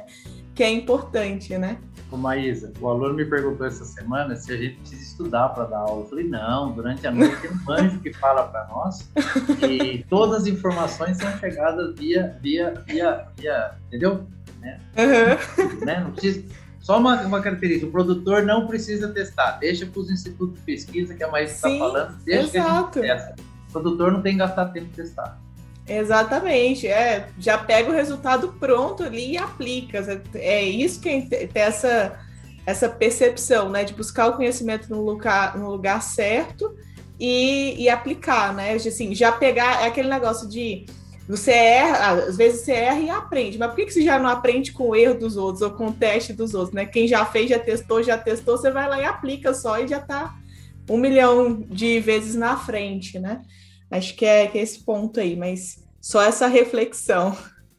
é importante, né. Ô Maísa, o aluno me perguntou essa semana se a gente precisa estudar para dar aula. Eu falei, não, durante a noite tem um anjo que fala para nós e todas as informações são chegadas via entendeu? Né? Uhum. Né? Não precisa, só uma característica, o produtor não precisa testar, deixa para os institutos de pesquisa que a Maísa está falando, deixa que a gente testa. O produtor não tem que gastar tempo de testar. Exatamente, já pega o resultado pronto ali e aplica. É isso que tem essa percepção, né, de buscar o conhecimento no lugar certo e aplicar, né, assim, já pegar aquele negócio de você erra, às vezes você erra e aprende, mas por que você já não aprende com o erro dos outros ou com o teste dos outros, né? Quem já fez, já testou, você vai lá e aplica só e já tá 1 milhão de vezes na frente, né? Acho que é esse ponto aí, mas só essa reflexão.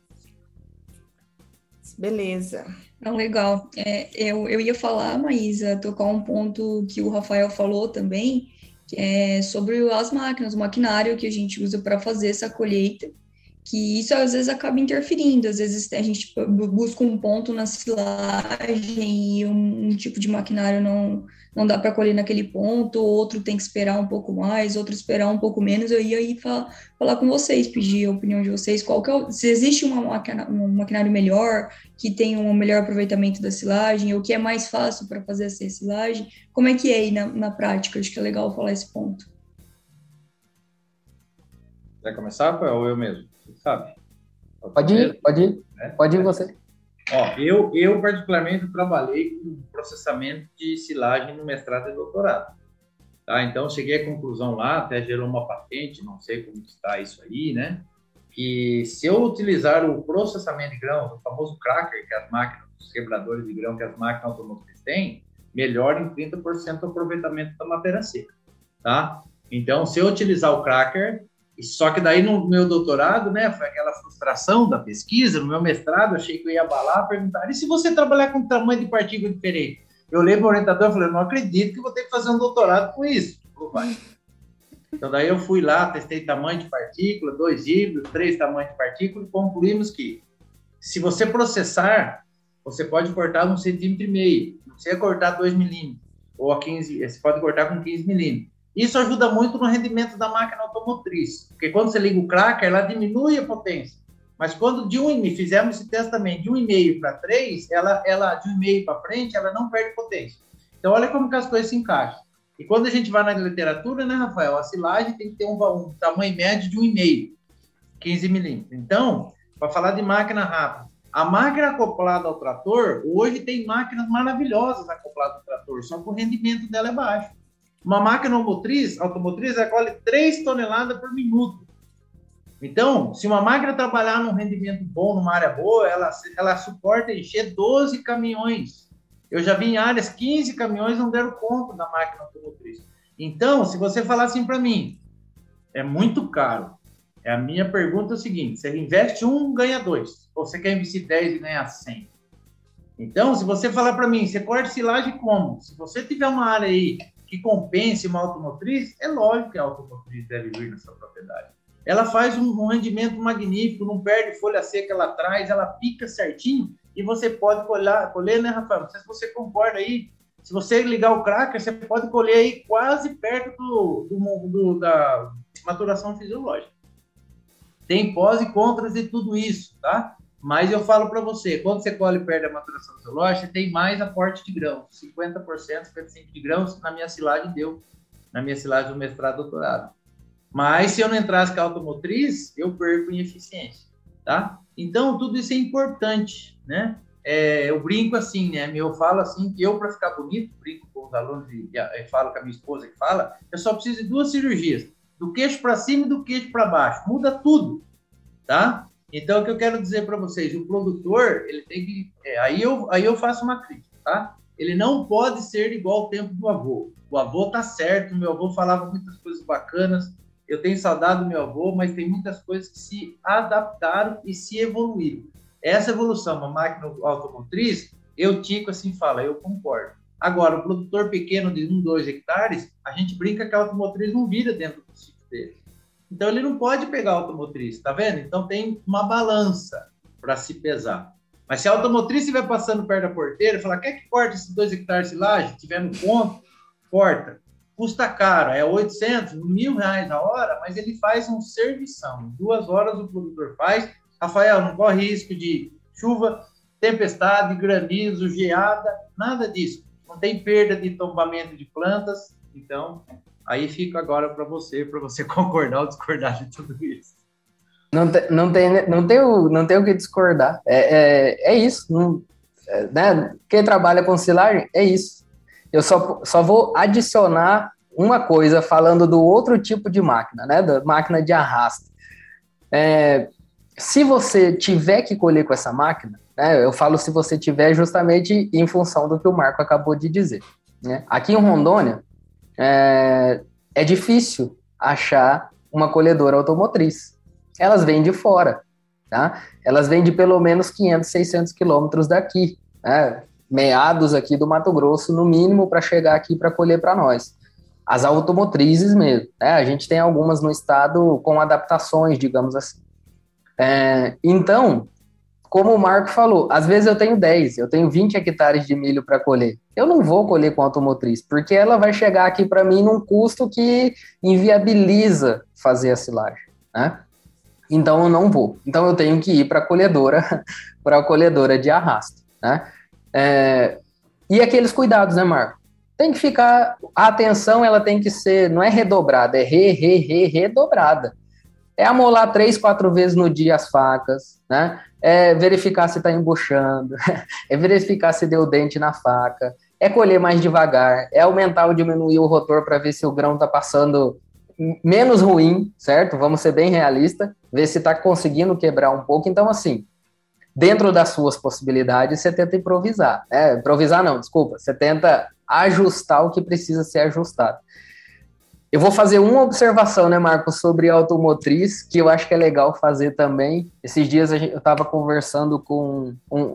Beleza. Legal. Eu ia falar, Maísa, tocar um ponto que o Rafael falou também, que é sobre as máquinas, o maquinário que a gente usa para fazer essa colheita, que isso às vezes acaba interferindo, às vezes a gente busca um ponto na silagem e um tipo de maquinário não dá para colher naquele ponto, outro tem que esperar um pouco mais, outro esperar um pouco menos. Eu ia aí falar com vocês, pedir a opinião de vocês, se existe um maquinário melhor, que tem um melhor aproveitamento da silagem, ou que é mais fácil para fazer essa silagem, como é que é aí na prática? Acho que é legal falar esse ponto. Quer começar, ou eu mesmo? Você sabe? Pode ir você. Ó, eu particularmente trabalhei com processamento de silagem no mestrado e doutorado. Tá? Então, cheguei à conclusão lá, até gerou uma patente, não sei como está isso aí, né? Que se eu utilizar o processamento de grãos, o famoso cracker, que as máquinas, os quebradores de grão que as máquinas automotrizes têm, melhora em 30% o aproveitamento da matéria seca, tá? Então, se eu utilizar o cracker, só que daí no meu doutorado, né, foi aquela frustração da pesquisa, no meu mestrado, achei que eu ia abalar, perguntar, e se você trabalhar com tamanho de partícula diferente? Eu olhei para o orientador e falei, não acredito que vou ter que fazer um doutorado com isso. Então daí eu fui lá, testei tamanho de partícula, 2 híbridos, 3 tamanhos de partícula, e concluímos que se você processar, você pode cortar 1,5 cm, não precisa cortar 2 milímetros, ou a 15, você pode cortar com 15 milímetros. Isso ajuda muito no rendimento da máquina automotriz, porque quando você liga o cracker, ela diminui a potência. Mas quando fizemos esse teste também, de 1,5 para 3, ela de 1,5 para frente, ela não perde potência. Então, olha como que as coisas se encaixam. E quando a gente vai na literatura, né, Rafael, a silagem tem que ter um tamanho médio de 1,5, 15 milímetros. Então, para falar de máquina rápida, a máquina acoplada ao trator, hoje tem máquinas maravilhosas acopladas ao trator, só que o rendimento dela é baixo. Uma máquina automotriz, ela colhe 3 toneladas por minuto. Então, se uma máquina trabalhar num rendimento bom, numa área boa, ela suporta encher 12 caminhões. Eu já vi em áreas 15 caminhões não deram conta da máquina automotriz. Então, se você falar assim para mim, é muito caro. A minha pergunta é o seguinte, você investe 1, ganha 2. Ou você quer investir 10 e ganhar 100? Então, se você falar para mim, você corta silagem como? Se você tiver uma área aí que compense uma automotriz, é lógico que a automotriz deve vir na sua propriedade. Ela faz um rendimento magnífico, não perde folha seca lá atrás, ela pica certinho e você pode colher, né, Rafael? Não sei se você concorda aí. Se você ligar o cracker, você pode colher aí quase perto da maturação fisiológica. Tem pós e contras de tudo isso, tá? Mas eu falo para você, quando você colhe perto da maturação fisiológica, tem mais aporte de grãos, 50%, 55% de grãos, na minha silagem deu, na minha silagem do mestrado, doutorado. Mas se eu não entrasse com a automotriz, eu perco em eficiência, tá? Então, tudo isso é importante, né? Eu brinco assim, né? Eu falo assim, que eu, para ficar bonito, brinco com os alunos e falo com a minha esposa que fala, eu só preciso de 2 cirurgias, do queixo para cima e do queixo para baixo. Muda tudo, tá? Então, o que eu quero dizer para vocês, o produtor, ele tem que... Aí eu faço uma crítica, tá? Ele não pode ser igual ao tempo do avô. O avô tá certo, meu avô falava muitas coisas bacanas, eu tenho saudade do meu avô, mas tem muitas coisas que se adaptaram e se evoluíram. Essa evolução, uma máquina automotriz, eu tico assim fala, eu concordo. Agora, o produtor pequeno de 1, 2 hectares, a gente brinca que a automotriz não vira dentro do sítio dele. Então, ele não pode pegar a automotriz, tá vendo? Então, tem uma balança para se pesar. Mas se a automotriz estiver passando perto da porteira, falar, quer que corte esses 2 hectares de silagem? Tiver no ponto, corta. Custa caro, é 800, R$1.000 a hora, mas ele faz um servição. Em 2 horas o produtor faz. Rafael, não corre risco de chuva, tempestade, granizo, geada, nada disso. Não tem perda de tombamento de plantas. Então, aí fica agora para você concordar ou discordar de tudo isso. Não tem o que discordar. É isso. Né? Quem trabalha com silagem, é isso. Eu só vou adicionar uma coisa falando do outro tipo de máquina, né? Da máquina de arrasto. Se você tiver que colher com essa máquina, né? Eu falo se você tiver justamente em função do que o Marco acabou de dizer, né? Aqui em Rondônia, é difícil achar uma colhedora automotriz. Elas vêm de fora, tá? Elas vêm de pelo menos 500, 600 quilômetros daqui, né? Meados aqui do Mato Grosso, no mínimo, para chegar aqui para colher para nós. As automotrizes mesmo, né? A gente tem algumas no estado com adaptações, digamos assim. Então, como o Marco falou, às vezes eu tenho 10, eu tenho 20 hectares de milho para colher. Eu não vou colher com automotriz, porque ela vai chegar aqui para mim num custo que inviabiliza fazer a silagem, né? Então eu não vou. Então eu tenho que ir para a colhedora de arrasto, né? E aqueles cuidados, né, Marco? Tem que ficar, a atenção ela tem que ser, não é redobrada, é redobrada. É amolar 3, 4 vezes no dia as facas, né? É verificar se está embuchando, é verificar se deu dente na faca, é colher mais devagar, é aumentar ou diminuir o rotor para ver se o grão está passando menos ruim, certo? Vamos ser bem realistas, ver se está conseguindo quebrar um pouco. Então, assim, dentro das suas possibilidades, você tenta improvisar. Improvisar não, desculpa. Você tenta ajustar o que precisa ser ajustado. Eu vou fazer uma observação, né, Marcos, sobre automotriz, que eu acho que é legal fazer também. Esses dias eu estava conversando com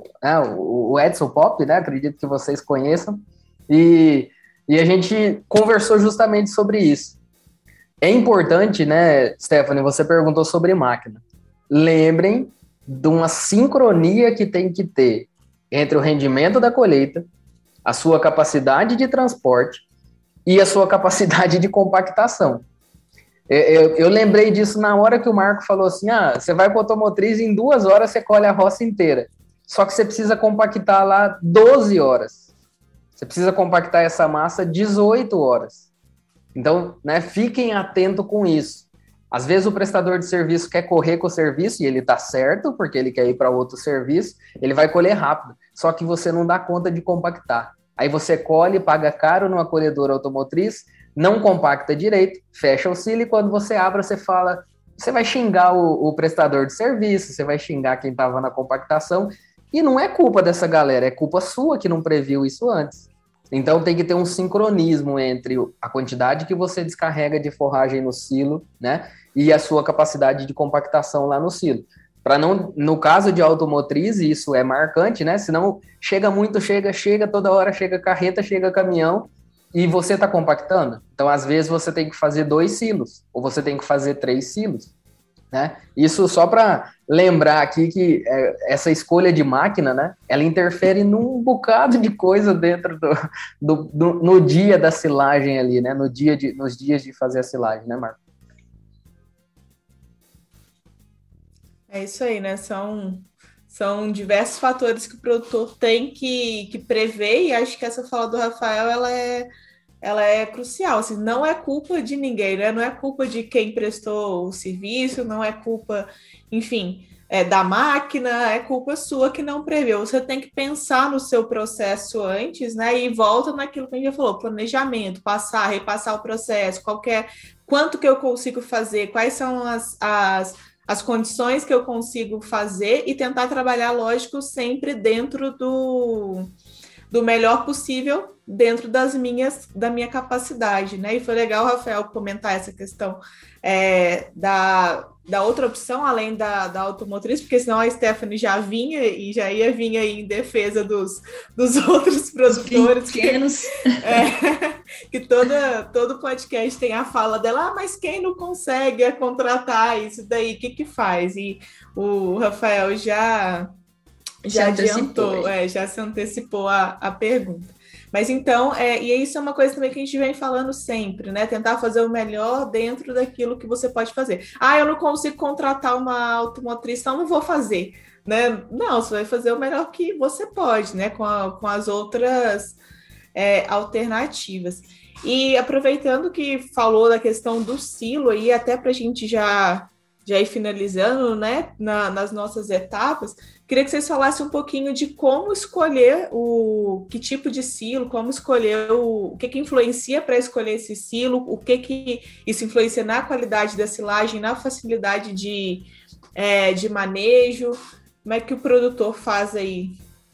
o Edson Pop, né, acredito que vocês conheçam, e a gente conversou justamente sobre isso. É importante, né, Stephanie, você perguntou sobre máquina. Lembrem de uma sincronia que tem que ter entre o rendimento da colheita, a sua capacidade de transporte e a sua capacidade de compactação. Eu lembrei disso na hora que o Marco falou assim, você vai para a automotriz, em 2 horas você colhe a roça inteira. Só que você precisa compactar lá 12 horas. Você precisa compactar essa massa 18 horas. Então, né, fiquem atentos com isso. Às vezes o prestador de serviço quer correr com o serviço, e ele está certo, porque ele quer ir para outro serviço, ele vai colher rápido, só que você não dá conta de compactar. Aí você colhe, paga caro numa colhedora automotriz, não compacta direito, fecha o silo, e quando você abre, você fala, você vai xingar o prestador de serviço, você vai xingar quem estava na compactação, E não é culpa dessa galera, é culpa sua que não previu isso antes. Então tem que ter um sincronismo entre a quantidade que você descarrega de forragem no silo, né, e a sua capacidade de compactação lá no silo. Para não, no caso de automotriz, isso é marcante, né? Senão chega muito, chega toda hora, chega carreta, chega caminhão e você está compactando. Então, às vezes, você tem que fazer 2 silos, ou você tem que fazer 3 silos, né? Isso só para lembrar aqui que essa escolha de máquina, né? Ela interfere num bocado de coisa dentro no dia da silagem ali, né? Nos dias de fazer a silagem, né, Marco? É isso aí, né? São diversos fatores que o produtor tem que prever, e acho que essa fala do Rafael, ela é crucial. Assim, não é culpa de ninguém, né? Não é culpa de quem prestou o serviço, não é culpa, enfim, da máquina, é culpa sua que não preveu. Você tem que pensar no seu processo antes, né? E volta naquilo que a gente já falou, planejamento, repassar o processo, quanto que eu consigo fazer, quais são as condições que eu consigo fazer e tentar trabalhar, lógico, sempre dentro do melhor possível, dentro da minha capacidade, né? E foi legal o Rafael comentar essa questão da outra opção, além da automotriz, porque senão a Stephanie já vinha e já ia vir aí em defesa dos outros produtores. Que todo podcast tem a fala dela, mas quem não consegue contratar isso daí, o que faz? E o Rafael já adiantou, já se antecipou a pergunta. Mas então, e isso é uma coisa também que a gente vem falando sempre, né? Tentar fazer o melhor dentro daquilo que você pode fazer. Eu não consigo contratar uma automotriz, então não vou fazer, né? Não, você vai fazer o melhor que você pode, né? Com as outras alternativas. E aproveitando que falou da questão do silo aí, até para a gente já ir finalizando, né, nas nossas etapas, queria que vocês falassem um pouquinho de como escolher que tipo de silo, como escolher o que influencia para escolher esse silo, o que isso influencia na qualidade da silagem, na facilidade de manejo, como é que o produtor faz aí?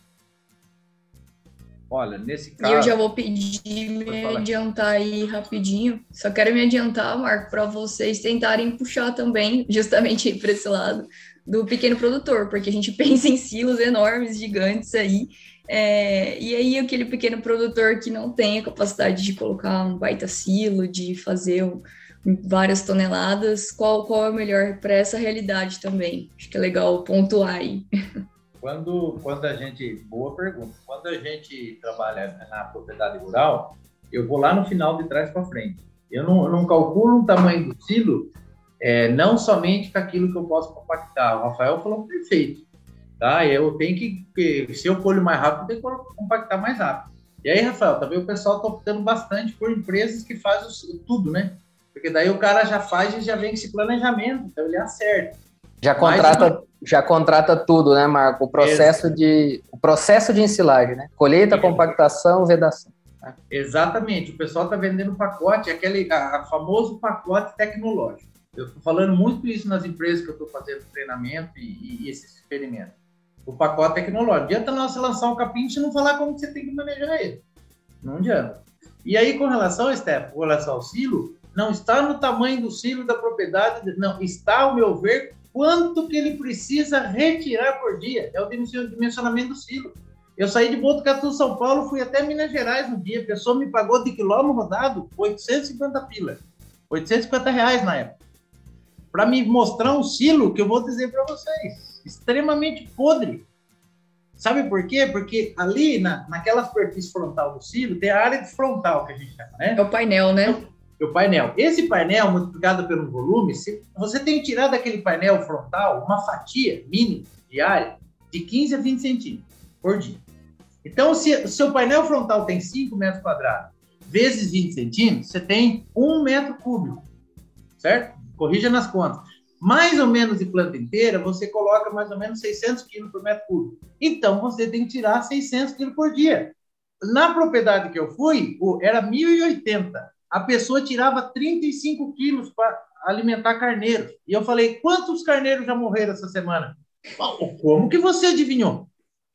Olha, nesse caso... E eu já vou pedir me adiantar aí rapidinho. Só quero me adiantar, Marco, para vocês tentarem puxar também, justamente para esse lado, do pequeno produtor, porque a gente pensa em silos enormes, gigantes aí, e aí aquele pequeno produtor que não tem a capacidade de colocar um baita silo, de fazer várias toneladas, qual é o melhor para essa realidade também? Acho que é legal pontuar aí. Boa pergunta. Quando a gente trabalha na propriedade rural, eu vou lá no final de trás para frente. Eu não calculo o tamanho do silo, não somente com aquilo que eu posso compactar. O Rafael falou perfeito, tá? Eu tenho que se eu colho mais rápido, eu tenho que compactar mais rápido. E aí, Rafael, também o pessoal está optando bastante por empresas que fazem tudo, né? Porque daí o cara já faz e já vem com esse planejamento, então ele acerta. Já contrata tudo, né, Marco? O processo de ensilagem, né? Colheita, compactação, vedação. Né? Exatamente. O pessoal está vendendo pacote, famoso pacote tecnológico. Eu estou falando muito isso nas empresas que eu estou fazendo treinamento e esses experimentos. O pacote tecnológico. Não adianta nós lançar um capim e não falar como você tem que manejar ele. Não adianta. E aí, com relação, Steph, com relação ao silo, não está no tamanho do silo da propriedade, não. Está, ao meu ver, quanto que ele precisa retirar por dia. É o dimensionamento do silo. Eu saí de Botucatu, São Paulo, fui até Minas Gerais no dia. A pessoa me pagou de quilômetro rodado 850 pila. R$850 na época. Para me mostrar um silo que eu vou dizer para vocês. Extremamente podre. Sabe por quê? Porque ali, naquela superfície frontal do silo, tem a área de frontal que a gente chama, né? É o painel, né? O painel. Esse painel, multiplicado pelo volume, você tem que tirar daquele painel frontal uma fatia mínima de área de 15 a 20 centímetros por dia. Então, se o seu painel frontal tem 5 metros quadrados vezes 20 centímetros, você tem 1 metro cúbico, certo? Corrija nas contas. Mais ou menos de planta inteira, você coloca mais ou menos 600 quilos por metro cúbico. Então, você tem que tirar 600 quilos por dia. Na propriedade que eu fui, era 1.080. A pessoa tirava 35 quilos para alimentar carneiros. E eu falei, quantos carneiros já morreram essa semana? Como que você adivinhou?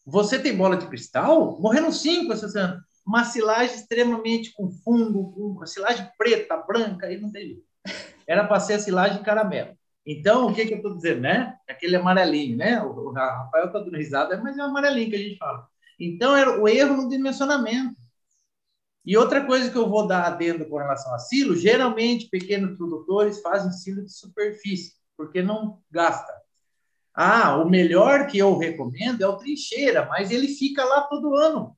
Você tem bola de cristal? Morreram 5 essa semana. Uma silagem extremamente com fungo, com silagem preta, branca, aí não tem jeito. Era para ser a silagem caramelo. Então, o que eu estou dizendo, né? Aquele amarelinho, né? O Rafael está dando risada, mas é o amarelinho que a gente fala. Então, era o erro no dimensionamento. E outra coisa que eu vou dar adendo com relação a silo, geralmente pequenos produtores fazem silo de superfície, porque não gasta. O melhor que eu recomendo é o trincheira, mas ele fica lá todo ano.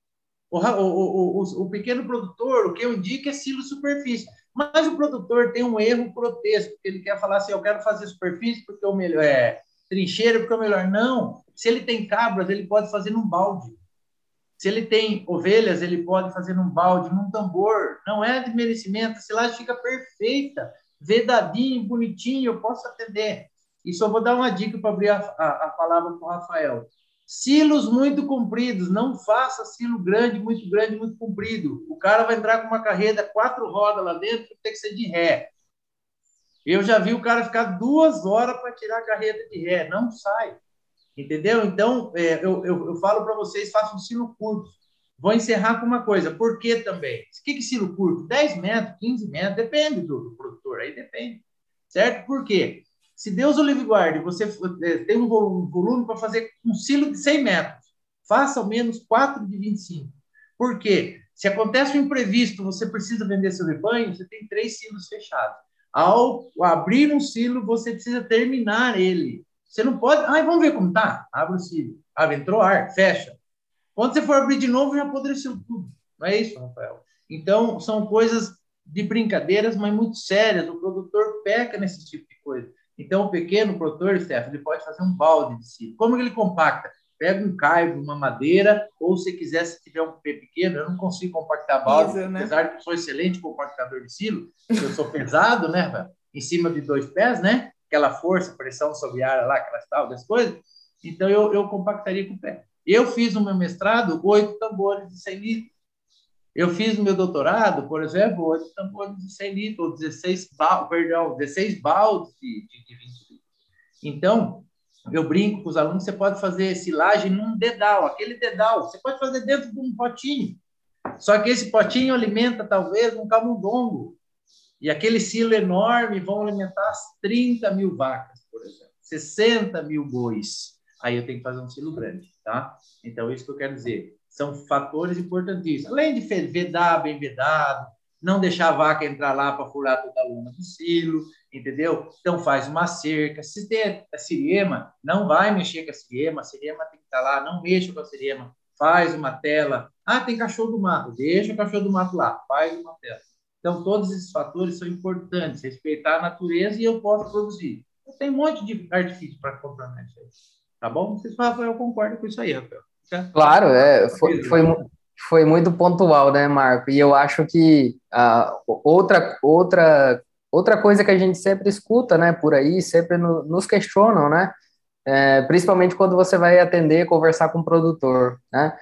O pequeno produtor, o que eu indico é silo superfície. Mas o produtor tem um erro grotesco, porque ele quer falar assim, eu quero fazer superfície porque o melhor trincheira porque é o melhor. Não, se ele tem cabras, ele pode fazer num balde. Se ele tem ovelhas, ele pode fazer num balde, num tambor. Não é de merecimento, a silagem fica perfeita, vedadinho, bonitinho, eu posso atender. E só vou dar uma dica para abrir a palavra para o Rafael. Silos muito compridos, não faça silo grande, muito comprido. O cara vai entrar com uma carreta 4 rodas lá dentro, tem que ser de ré. Eu já vi o cara ficar 2 horas para tirar a carreta de ré, não sai. Entendeu? Então, eu falo para vocês, façam silo curto. Vou encerrar com uma coisa, por que também? O que é silo curto? 10 metros, 15 metros, depende do produtor, aí depende. Certo? Por quê? Se Deus o livre guarde, você tem um volume para fazer um silo de 100 metros, faça ao menos 4 de 25. Por quê? Se acontece um imprevisto, você precisa vender seu rebanho, você tem 3 silos fechados. Ao abrir um silo, você precisa terminar ele. Você não pode... vamos ver como tá? Abre o silo. Entrou ar, fecha. Quando você for abrir de novo, já apodreceu tudo. Não é isso, Rafael? Então, são coisas de brincadeiras, mas muito sérias. O produtor peca nesse tipo de coisa. Então, o pequeno produtor, Stefano, ele pode fazer um balde de silo. Como ele compacta? Pega um caibo, uma madeira, ou se quiser, se tiver um pé pequeno, eu não consigo compactar balde, apesar de que eu sou excelente compactador de silo, eu sou pesado, né, em cima de 2 pés, né? Aquela força, pressão sobre a área lá, aquelas tal, das coisas. Então, eu compactaria com o pé. Eu fiz no meu mestrado 8 tambores de 100 litros. Eu fiz no meu doutorado, por exemplo, 8 tambores de 100 litros, ou 16 baldes de 20 litros. Então, eu brinco com os alunos, você pode fazer silagem num dedal, aquele dedal, você pode fazer dentro de um potinho. Só que esse potinho alimenta, talvez, um camundongo. E aquele silo enorme vão alimentar 30 mil vacas, por exemplo, 60 mil bois. Aí eu tenho que fazer um silo grande, tá? Então, isso que eu quero dizer. São fatores importantíssimos. Além de vedar bem vedado, não deixar a vaca entrar lá para furar toda a lona do silo, entendeu? Então, faz uma cerca. Se tem a siriema, não vai mexer com a siriema tem que estar lá, não mexa com a siriema. Faz uma tela. Tem cachorro do mato, deixa o cachorro do mato lá, faz uma tela. Então, todos esses fatores são importantes. Respeitar a natureza e eu posso produzir. Eu tenho um monte de artifício para comprar isso aí. Tá bom? Não sei se o Rafael concorda com isso aí, Rafael. Claro, foi muito pontual, né, Marco? E eu acho que outra coisa que a gente sempre escuta, né, por aí, sempre nos questionam, né? Principalmente quando você vai atender, conversar com o produtor, né?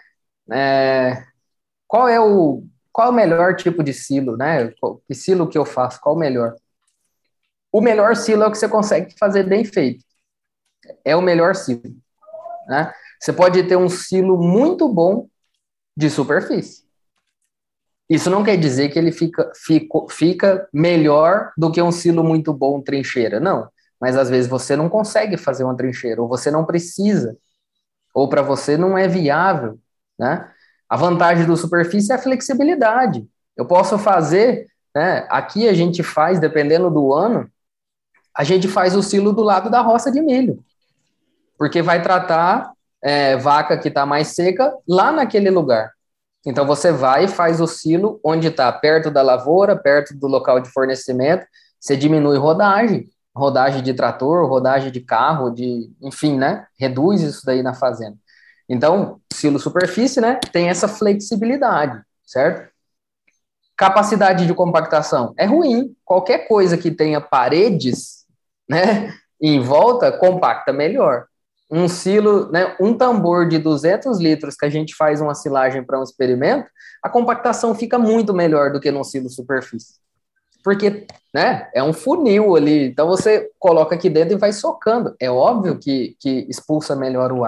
Qual é o melhor tipo de silo, né? Que silo que eu faço? Qual o melhor? O melhor silo é o que você consegue fazer bem feito. É o melhor silo, né? Você pode ter um silo muito bom de superfície. Isso não quer dizer que ele fica melhor do que um silo muito bom trincheira, não. Mas às vezes você não consegue fazer uma trincheira, ou você não precisa, ou para você não é viável, né? A vantagem do superfície é a flexibilidade. Eu posso fazer, né? Aqui a gente faz, dependendo do ano, a gente faz o silo do lado da roça de milho, porque vai tratar vaca que está mais seca lá naquele lugar. Então você vai e faz o silo onde está perto da lavoura, perto do local de fornecimento, você diminui rodagem de trator, rodagem de carro, enfim, né? Reduz isso daí na fazenda. Então, silo superfície, né? Tem essa flexibilidade, certo? Capacidade de compactação é ruim. Qualquer coisa que tenha paredes, né, em volta, compacta melhor. Um silo, né, um tambor de 200 litros que a gente faz uma silagem para um experimento, a compactação fica muito melhor do que num silo superfície. Porque, né, é um funil ali, então você coloca aqui dentro e vai socando. É óbvio que expulsa melhor o ar.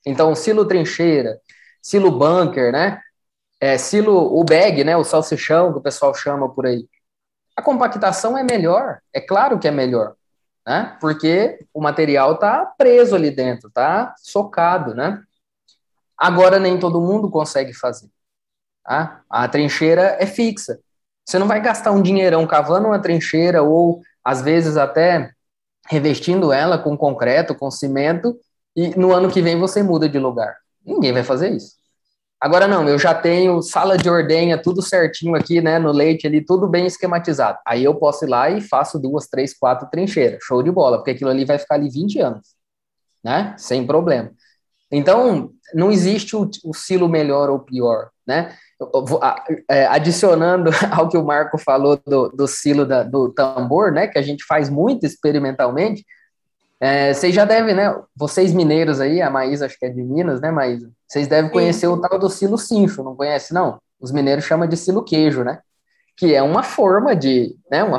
Então, silo trincheira, silo bunker, né? Silo, o bag, né? O salsichão, que o pessoal chama por aí. A compactação é melhor, é claro que é melhor, né? Porque o material está preso ali dentro, está socado, né? Agora, nem todo mundo consegue fazer. Tá? A trincheira é fixa. Você não vai gastar um dinheirão cavando uma trincheira ou, às vezes, até revestindo ela com concreto, com cimento, e no ano que vem você muda de lugar. Ninguém vai fazer isso. Agora não, eu já tenho sala de ordenha, tudo certinho aqui, né, no leite ali, tudo bem esquematizado. Aí eu posso ir lá e faço 2, 3, 4 trincheiras. Show de bola, porque aquilo ali vai ficar ali 20 anos, né, sem problema. Então, não existe o silo melhor ou pior, né? Adicionando ao que o Marco falou do silo do tambor, né, que a gente faz muito experimentalmente, vocês já devem, né, vocês mineiros aí, a Maísa acho que é de Minas, né, Maísa? Vocês devem conhecer o tal do silo cincho, não conhece, não? Os mineiros chamam de silo queijo, né? Que é uma forma de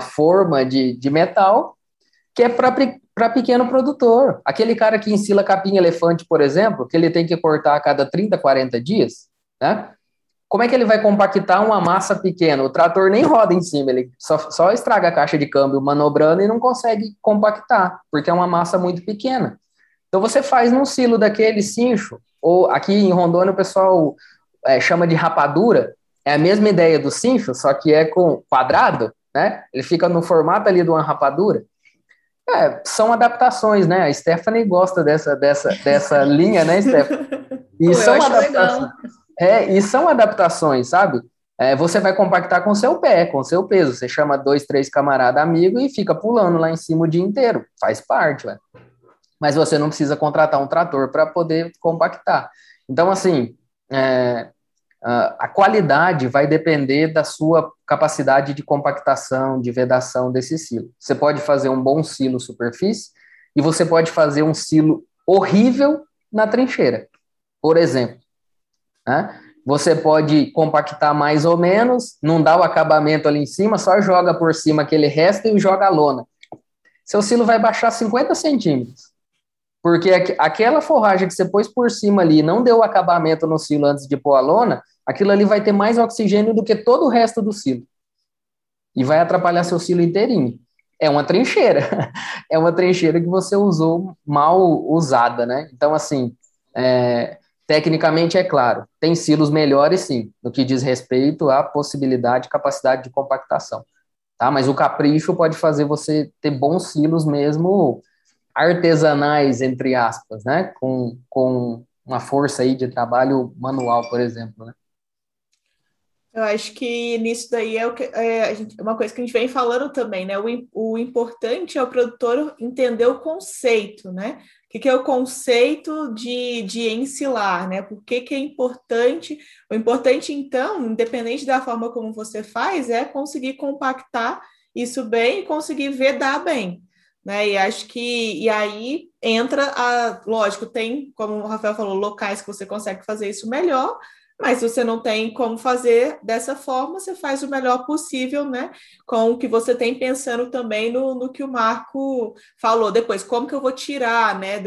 metal que é para pequeno produtor. Aquele cara que ensila capim elefante, por exemplo, que ele tem que cortar a cada 30, 40 dias, né? Como é que ele vai compactar uma massa pequena? O trator nem roda em cima, ele só estraga a caixa de câmbio manobrando e não consegue compactar, porque é uma massa muito pequena. Então você faz num silo daquele cincho, ou aqui em Rondônia o pessoal chama de rapadura, é a mesma ideia do cincho, só que é com quadrado, né? Ele fica no formato ali de uma rapadura. São adaptações, né? A Stephanie gosta dessa linha, né, Stephanie? E são adaptações. E são adaptações, sabe? Você vai compactar com seu pé, com seu peso. Você chama 2, 3 camaradas amigos e fica pulando lá em cima o dia inteiro. Faz parte, velho. Mas você não precisa contratar um trator para poder compactar. Então, assim, a qualidade vai depender da sua capacidade de compactação, de vedação desse silo. Você pode fazer um bom silo superfície e você pode fazer um silo horrível na trincheira, por exemplo. Né? Você pode compactar mais ou menos, não dá o acabamento ali em cima, só joga por cima aquele resto e joga a lona. Seu silo vai baixar 50 centímetros. Porque aquela forragem que você pôs por cima ali não deu acabamento no silo antes de pôr a lona, aquilo ali vai ter mais oxigênio do que todo o resto do silo. E vai atrapalhar seu silo inteirinho. É uma trincheira. É uma trincheira que você usou mal usada, né? Então, assim, tecnicamente é claro, tem silos melhores sim, no que diz respeito à possibilidade e capacidade de compactação. Tá? Mas o capricho pode fazer você ter bons silos mesmo artesanais, entre aspas, né? Com uma força aí de trabalho manual, por exemplo, né? Eu acho que nisso daí uma coisa que a gente vem falando também, né? O importante é o produtor entender o conceito, né? O que é o conceito de ensilar, né? Por que é importante? O importante, então, independente da forma como você faz, é conseguir compactar isso bem e conseguir vedar bem. Né? E acho que aí entra lógico, tem, como o Rafael falou, locais que você consegue fazer isso melhor, mas se você não tem como fazer dessa forma, você faz o melhor possível, né? Com o que você tem, pensando também no que o Marco falou depois, como que eu vou tirar, né?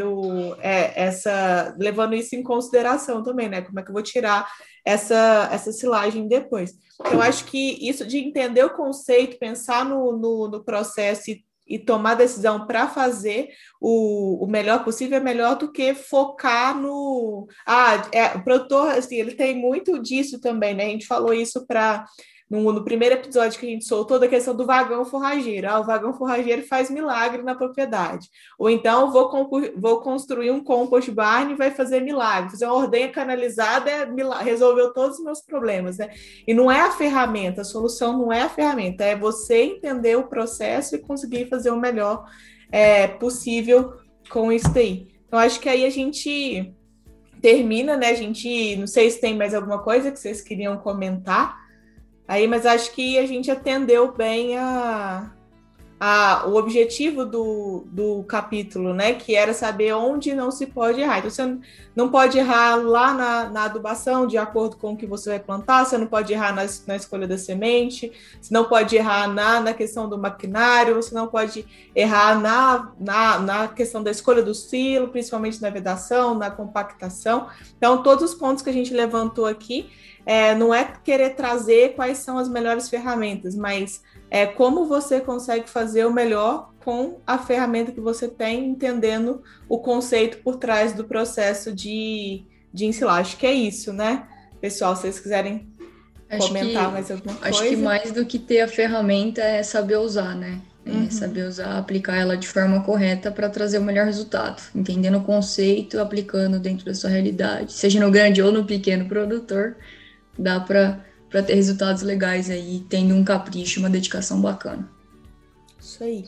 Levando isso em consideração também, né? Como é que eu vou tirar essa silagem depois? Então, eu acho que isso de entender o conceito, pensar no processo e tomar decisão para fazer o melhor possível é melhor do que focar no... o produtor, assim, ele tem muito disso também, né? A gente falou isso no primeiro episódio que a gente soltou, da questão do vagão forrageiro. O vagão forrageiro faz milagre na propriedade. Ou então, vou construir um compost barn e vai fazer milagre. Fazer uma ordenha canalizada resolveu todos os meus problemas, né? E não é a ferramenta, a solução não é a ferramenta, é você entender o processo e conseguir fazer o melhor possível com isso daí. Então, acho que aí a gente termina, né? Não sei se tem mais alguma coisa que vocês queriam comentar aí, mas acho que a gente atendeu bem o objetivo do capítulo, né? Que era saber onde não se pode errar. Então, você não pode errar lá na adubação, de acordo com o que você vai plantar, você não pode errar na escolha da semente, você não pode errar na questão do maquinário, você não pode errar na questão da escolha do silo, principalmente na vedação, na compactação. Então, todos os pontos que a gente levantou aqui, não é querer trazer quais são as melhores ferramentas, mas como você consegue fazer o melhor com a ferramenta que você tem, entendendo o conceito por trás do processo de ensilagem. Acho que é isso, né? Pessoal, se vocês quiserem comentar mais alguma coisa. Acho que mais do que ter a ferramenta é saber usar, né? Saber usar, aplicar ela de forma correta para trazer o melhor resultado. Entendendo o conceito, aplicando dentro da sua realidade, seja no grande ou no pequeno produtor, dá para ter resultados legais aí, tendo um capricho, uma dedicação bacana. Isso aí.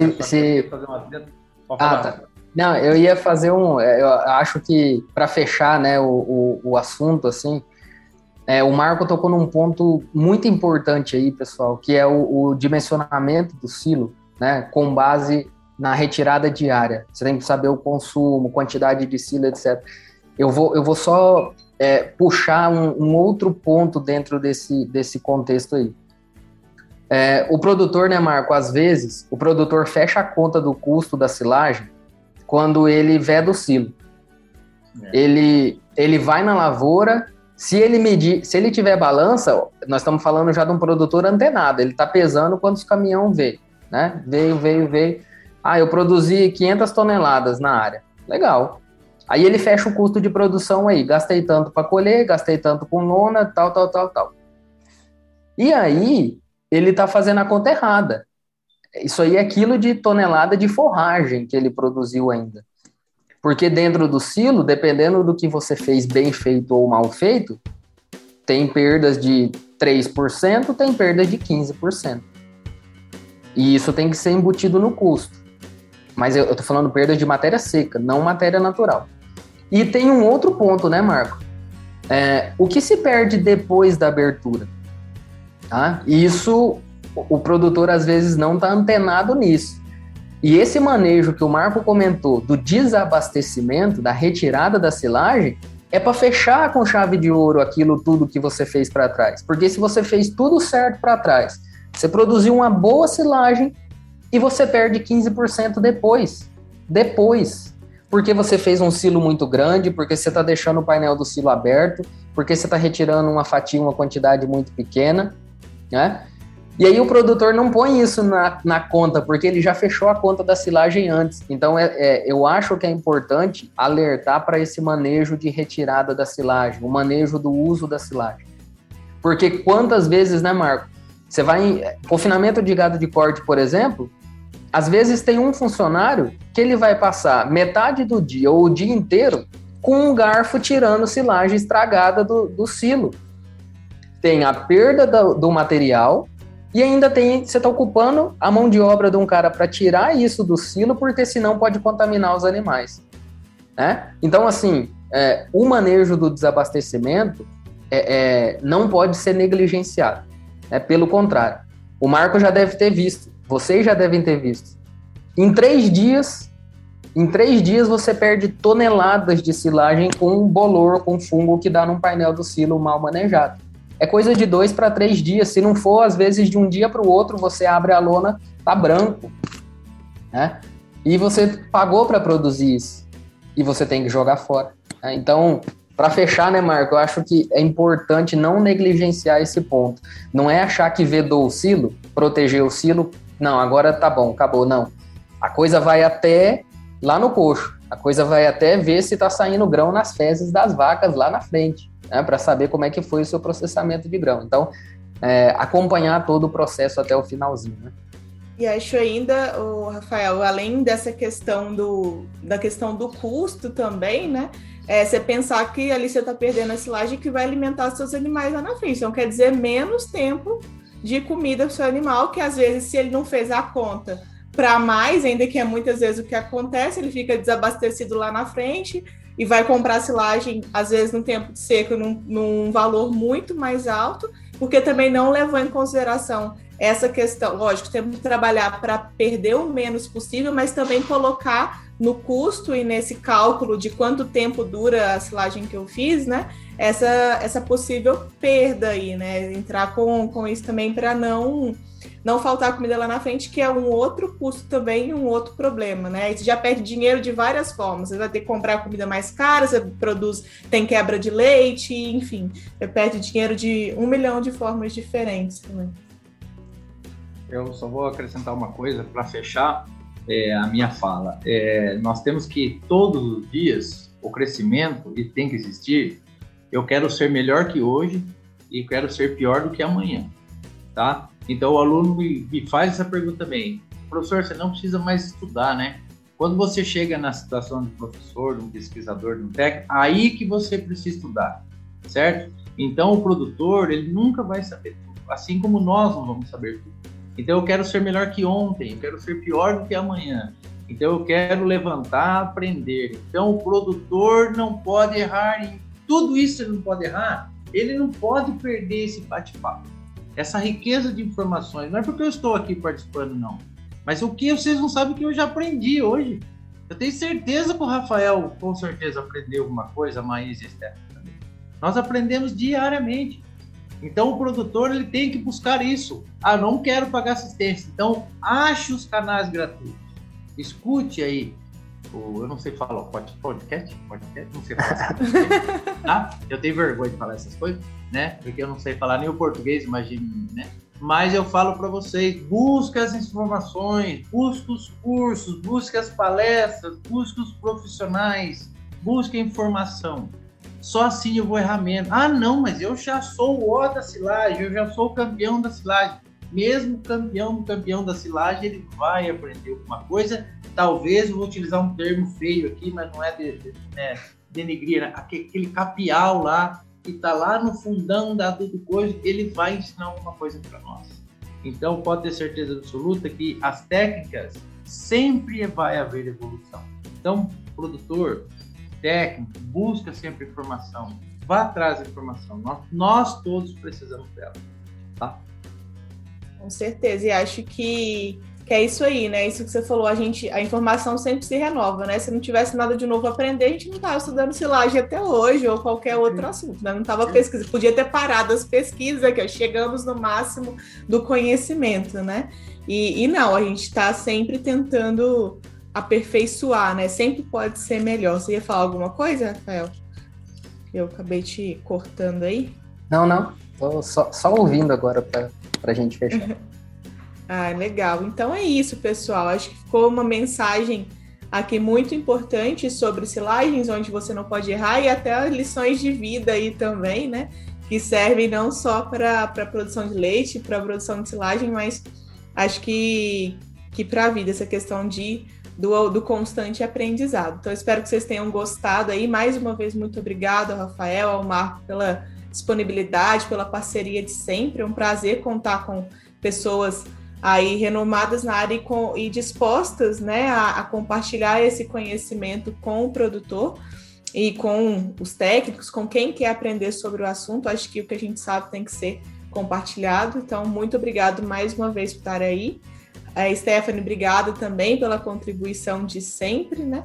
Tá. Não, eu ia fazer eu acho que para fechar, né, o assunto, assim, o Marco tocou num ponto muito importante aí, pessoal, que é o dimensionamento do silo, né, com base na retirada diária. Você tem que saber o consumo, quantidade de silo, etc. Eu vou só puxar um outro ponto dentro desse contexto aí. O produtor, né, Marco, às vezes, o produtor fecha a conta do custo da silagem quando ele veda o silo. Ele vai na lavoura, se ele tiver balança, nós estamos falando já de um produtor antenado, ele está pesando quantos caminhão veio, né? Veio. Eu produzi 500 toneladas na área. Legal. Aí ele fecha o custo de produção aí, gastei tanto para colher, gastei tanto com lona, tal. E aí, ele está fazendo a conta errada. Isso aí é quilo de tonelada de forragem que ele produziu ainda. Porque dentro do silo, dependendo do que você fez bem feito ou mal feito, tem perdas de 3%, tem perdas de 15%. E isso tem que ser embutido no custo. Mas eu estou falando perda de matéria seca, não matéria natural. E tem um outro ponto, né, Marco? O que se perde depois da abertura? Tá? Isso, o produtor às vezes não está antenado nisso. E esse manejo que o Marco comentou do desabastecimento, da retirada da silagem, é para fechar com chave de ouro aquilo tudo que você fez para trás. Porque se você fez tudo certo para trás, você produziu uma boa silagem e você perde 15% depois. Porque você fez um silo muito grande, porque você está deixando o painel do silo aberto, porque você está retirando uma fatia, uma quantidade muito pequena, né? E aí o produtor não põe isso na conta, porque ele já fechou a conta da silagem antes. Então, eu acho que é importante alertar para esse manejo de retirada da silagem, o manejo do uso da silagem. Porque quantas vezes, né, Marco? Você vai em confinamento de gado de corte, por exemplo, às vezes tem um funcionário que ele vai passar metade do dia ou o dia inteiro com um garfo tirando silagem estragada do silo. Tem a perda do material e ainda você está ocupando a mão de obra de um cara para tirar isso do silo, porque senão pode contaminar os animais. Né? Então, assim, o manejo do desabastecimento não pode ser negligenciado. Pelo contrário, o Marco já deve ter visto, vocês já devem ter visto. Em 3 dias você perde toneladas de silagem com bolor, com fungo que dá num painel do silo mal manejado. É coisa de 2 para 3 dias. Se não for, às vezes, de um dia para o outro, você abre a lona, tá branco. Né? E você pagou para produzir isso. E você tem que jogar fora. Né? Então, para fechar, né, Marco, eu acho que é importante não negligenciar esse ponto. Não é achar que vedou o silo, proteger o silo, não, agora tá bom, acabou, não. A coisa vai até lá no coxo. A coisa vai até ver se tá saindo grão nas fezes das vacas lá na frente. Né, para saber como é que foi o seu processamento de grão. Então, acompanhar todo o processo até o finalzinho. Né? E acho ainda, Rafael, além dessa questão da questão do custo também, né? Você pensar que ali você está perdendo a silagem que vai alimentar seus animais lá na frente. Então, quer dizer, menos tempo de comida para o seu animal, que às vezes, se ele não fez a conta para mais, ainda que é muitas vezes o que acontece, ele fica desabastecido lá na frente e vai comprar silagem, às vezes, no tempo de seco, num valor muito mais alto, porque também não levou em consideração essa questão, lógico, temos que trabalhar para perder o menos possível, mas também colocar no custo e nesse cálculo de quanto tempo dura a silagem que eu fiz, né? Essa possível perda aí, né? Entrar com isso também para não faltar comida lá na frente, que é um outro custo também, um outro problema, né? Aí você já perde dinheiro de várias formas. Você vai ter que comprar comida mais cara, você tem quebra de leite, enfim. Você perde dinheiro de 1 milhão de formas diferentes também. Eu só vou acrescentar uma coisa para fechar a minha fala. Nós temos que, todos os dias, o crescimento, e tem que existir. Eu quero ser melhor que hoje e quero ser pior do que amanhã, tá? Então o aluno me faz essa pergunta também. Professor, você não precisa mais estudar, né? Quando você chega na situação de professor, de um pesquisador, de um técnico, aí que você precisa estudar, certo? Então o produtor, ele nunca vai saber tudo, assim como nós não vamos saber tudo. Então eu quero ser melhor que ontem, eu quero ser pior do que amanhã. Então eu quero levantar, aprender. Então o produtor não pode errar em tudo isso, ele não pode errar, ele não pode perder esse bate-papo. Essa riqueza de informações, não é porque eu estou aqui participando, não. Mas o que vocês não sabem que eu já aprendi hoje. Eu tenho certeza que o Rafael, com certeza, aprendeu alguma coisa, a Maísa e a Stephanie também. Nós aprendemos diariamente. Então, o produtor ele tem que buscar isso. Não quero pagar assistência. Então, ache os canais gratuitos. Escute aí. Eu não sei falar podcast? Não sei falar assim, tá? Eu tenho vergonha de falar essas coisas, né? Porque eu não sei falar nem o português, imagine, né? Mas eu falo para vocês, busque as informações, busque os cursos, busque as palestras, busque os profissionais, busque a informação. Só assim eu vou errar menos. Não, mas eu já sou o O da silagem, eu já sou o campeão da silagem. Mesmo campeão da silagem, ele vai aprender alguma coisa. Talvez eu vou utilizar um termo feio aqui, mas não é denegrir, né? Aquele capial lá, que está lá no fundão do coisa, ele vai ensinar alguma coisa para nós. Então, pode ter certeza absoluta que as técnicas sempre vai haver evolução. Então, produtor, técnico, busca sempre informação, vá atrás da informação. Nós todos precisamos dela, tá? Com certeza, e acho que é isso aí, né? Isso que você falou, a informação sempre se renova, né? Se não tivesse nada de novo a aprender, a gente não estava estudando silagem até hoje, ou qualquer outro assunto, né? Não estava pesquisando, podia ter parado as pesquisas aqui, chegamos no máximo do conhecimento, né? E não, a gente está sempre tentando aperfeiçoar, né? Sempre pode ser melhor. Você ia falar alguma coisa, Rafael? Eu acabei te cortando aí. Não. Tô só ouvindo agora para a gente fechar. Legal. Então é isso, pessoal. Acho que ficou uma mensagem aqui muito importante sobre silagens, onde você não pode errar, e até lições de vida aí também, né? Que servem não só para a produção de leite, para a produção de silagem, mas acho que para a vida, essa questão do constante aprendizado. Então, espero que vocês tenham gostado aí. Mais uma vez, muito obrigada ao Rafael, ao Marco, pela disponibilidade, pela parceria de sempre. É um prazer contar com pessoas aí renomadas na área e dispostas, né, a compartilhar esse conhecimento com o produtor e com os técnicos, com quem quer aprender sobre o assunto. Acho que o que a gente sabe tem que ser compartilhado. Então, muito obrigado mais uma vez por estar aí. Stephanie, obrigada também pela contribuição de sempre, né?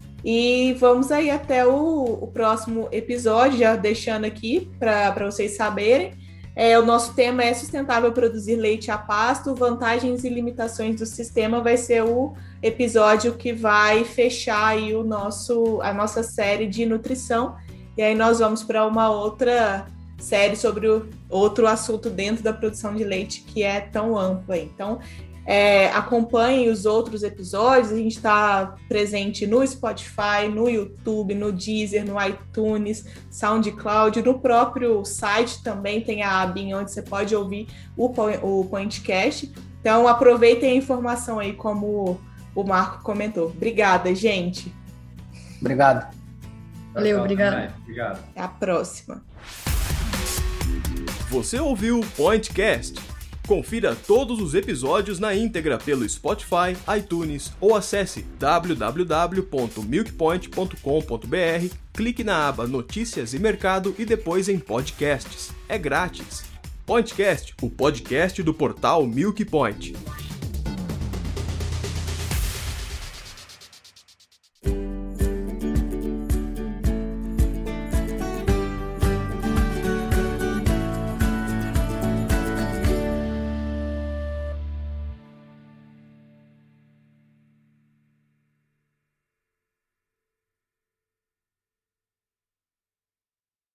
E vamos aí até o próximo episódio, já deixando aqui para vocês saberem. O nosso tema é sustentável produzir leite a pasto, vantagens e limitações do sistema. Vai ser o episódio que vai fechar aí a nossa série de nutrição. E aí nós vamos para uma outra série sobre outro assunto dentro da produção de leite que é tão amplo aí. Então, acompanhem os outros episódios. A gente está presente no Spotify, no YouTube, no Deezer, no iTunes, SoundCloud, no próprio site também tem a abinha onde você pode ouvir o PointCast. Então aproveitem a informação aí, como o Marco comentou. Obrigada, gente. Obrigado. Valeu, obrigado. Obrigado. Até a próxima. Você ouviu o PointCast? Confira todos os episódios na íntegra pelo Spotify, iTunes ou acesse www.milkpoint.com.br, clique na aba Notícias e Mercado e depois em Podcasts. É grátis. Pointcast, o podcast do portal Milk Point.